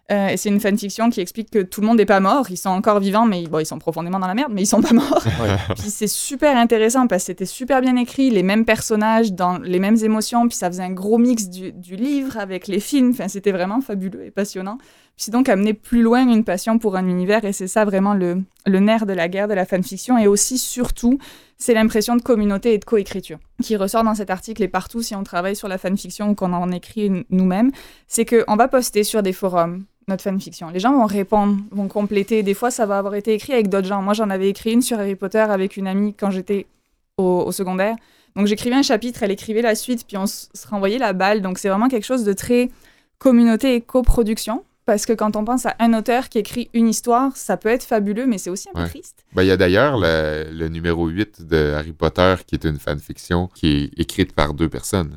C: Et c'est une fanfiction qui explique que tout le monde n'est pas mort, ils sont encore vivants, mais ils sont profondément dans la merde, mais ils sont pas morts. Puis c'est super intéressant parce que c'était super bien écrit, les mêmes personnages, dans les mêmes émotions, puis ça faisait un gros mix du livre avec les films, enfin, c'était vraiment fabuleux et passionnant. Puis c'est donc amener plus loin une passion pour un univers, et c'est ça vraiment le nerf de la guerre de la fanfiction, et aussi, surtout, c'est l'impression de communauté et de coécriture qui ressort dans cet article et partout si on travaille sur la fanfiction ou qu'on en écrit nous-mêmes, c'est qu'on va poster sur des forums notre fanfiction. Les gens vont répondre, vont compléter. Des fois, ça va avoir été écrit avec d'autres gens. Moi, j'en avais écrit une sur Harry Potter avec une amie quand j'étais au secondaire. Donc, j'écrivais un chapitre, elle écrivait la suite, puis on se renvoyait la balle. Donc, c'est vraiment quelque chose de très communauté et coproduction. Parce que quand on pense à un auteur qui écrit une histoire, ça peut être fabuleux, mais c'est aussi un peu triste.
A: Il y a d'ailleurs le numéro 8 de Harry Potter, qui est une fanfiction qui est écrite par 2 personnes.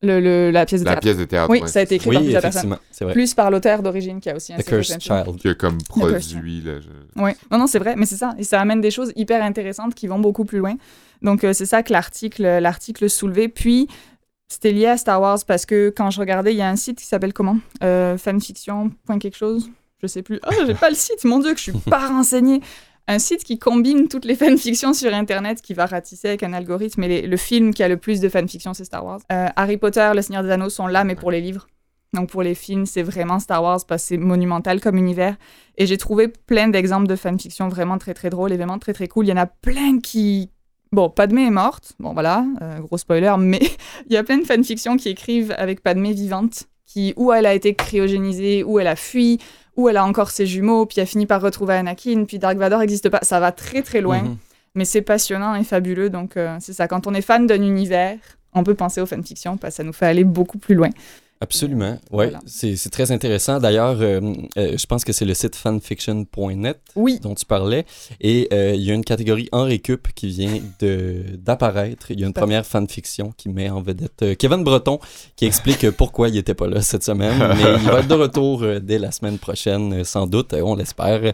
C: La pièce de théâtre.
A: La pièce de théâtre,
C: oui, ça a été écrit par plusieurs personnes.
B: C'est vrai.
C: Plus par l'auteur d'origine qui a aussi un
B: The Cursed Child.
A: Qui a comme produit.
C: Oui, non, c'est vrai, mais c'est ça. Et ça amène des choses hyper intéressantes qui vont beaucoup plus loin. Donc, c'est ça que l'article soulevait. Puis, c'était lié à Star Wars parce que quand je regardais, il y a un site qui s'appelle comment fanfiction. quelque chose. Je sais plus. J'ai pas le site. Mon Dieu, que je suis pas renseignée. Un site qui combine toutes les fanfictions sur Internet, qui va ratisser avec un algorithme. Et le film qui a le plus de fanfictions, c'est Star Wars. Harry Potter, Le Seigneur des Anneaux sont là, mais pour les livres. Donc pour les films, c'est vraiment Star Wars parce que c'est monumental comme univers. Et j'ai trouvé plein d'exemples de fanfictions vraiment très très drôles et vraiment très très cool. Il y en a plein qui... Bon, Padmé est morte. Bon, voilà, gros spoiler. Mais il y a plein de fanfictions qui écrivent avec Padmé vivante, où elle a été cryogénisée, où elle a fui, où elle a encore ses jumeaux, puis elle finit par retrouver Anakin, puis Dark Vador n'existe pas. Ça va très très loin, mais c'est passionnant et fabuleux. Donc c'est ça, quand on est fan d'un univers, on peut penser aux fanfictions parce que ça nous fait aller beaucoup plus loin.
B: Absolument, oui, voilà. C'est très intéressant. D'ailleurs, je pense que c'est le site fanfiction.net dont tu parlais, et il y a une catégorie en récup qui vient d'apparaître. Il y a une première fanfiction qui met en vedette Kevin Breton, qui explique pourquoi il n'était pas là cette semaine, mais il va être de retour dès la semaine prochaine, sans doute, on l'espère.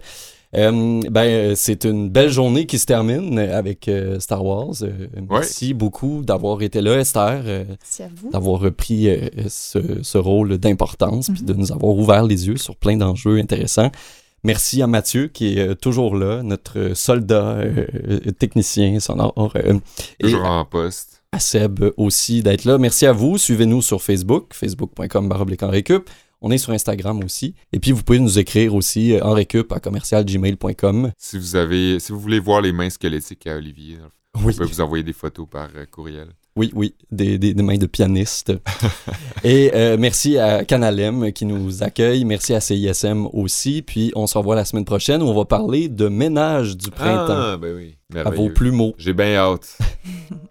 B: C'est une belle journée qui se termine avec Star Wars. Merci beaucoup d'avoir été là, Esther.
C: Merci à vous.
B: D'avoir repris ce rôle d'importance puis de nous avoir ouvert les yeux sur plein d'enjeux intéressants. Merci à Mathieu qui est toujours là, notre soldat technicien sonore.
A: Toujours en poste.
B: À Seb aussi d'être là. Merci à vous. Suivez-nous sur Facebook, facebook.com/enrecup. On est sur Instagram aussi. Et puis, vous pouvez nous écrire aussi en récup@commercialgmail.com.
A: Si vous voulez voir les mains squelettiques à Olivier, on peut vous envoyer des photos par courriel.
B: Oui, des mains de pianiste. Et merci à Canalem qui nous accueille. Merci à CISM aussi. Puis, on se revoit la semaine prochaine où on va parler de ménage du printemps.
A: Ah, ben oui.
B: À vos plumeaux.
A: J'ai bien hâte.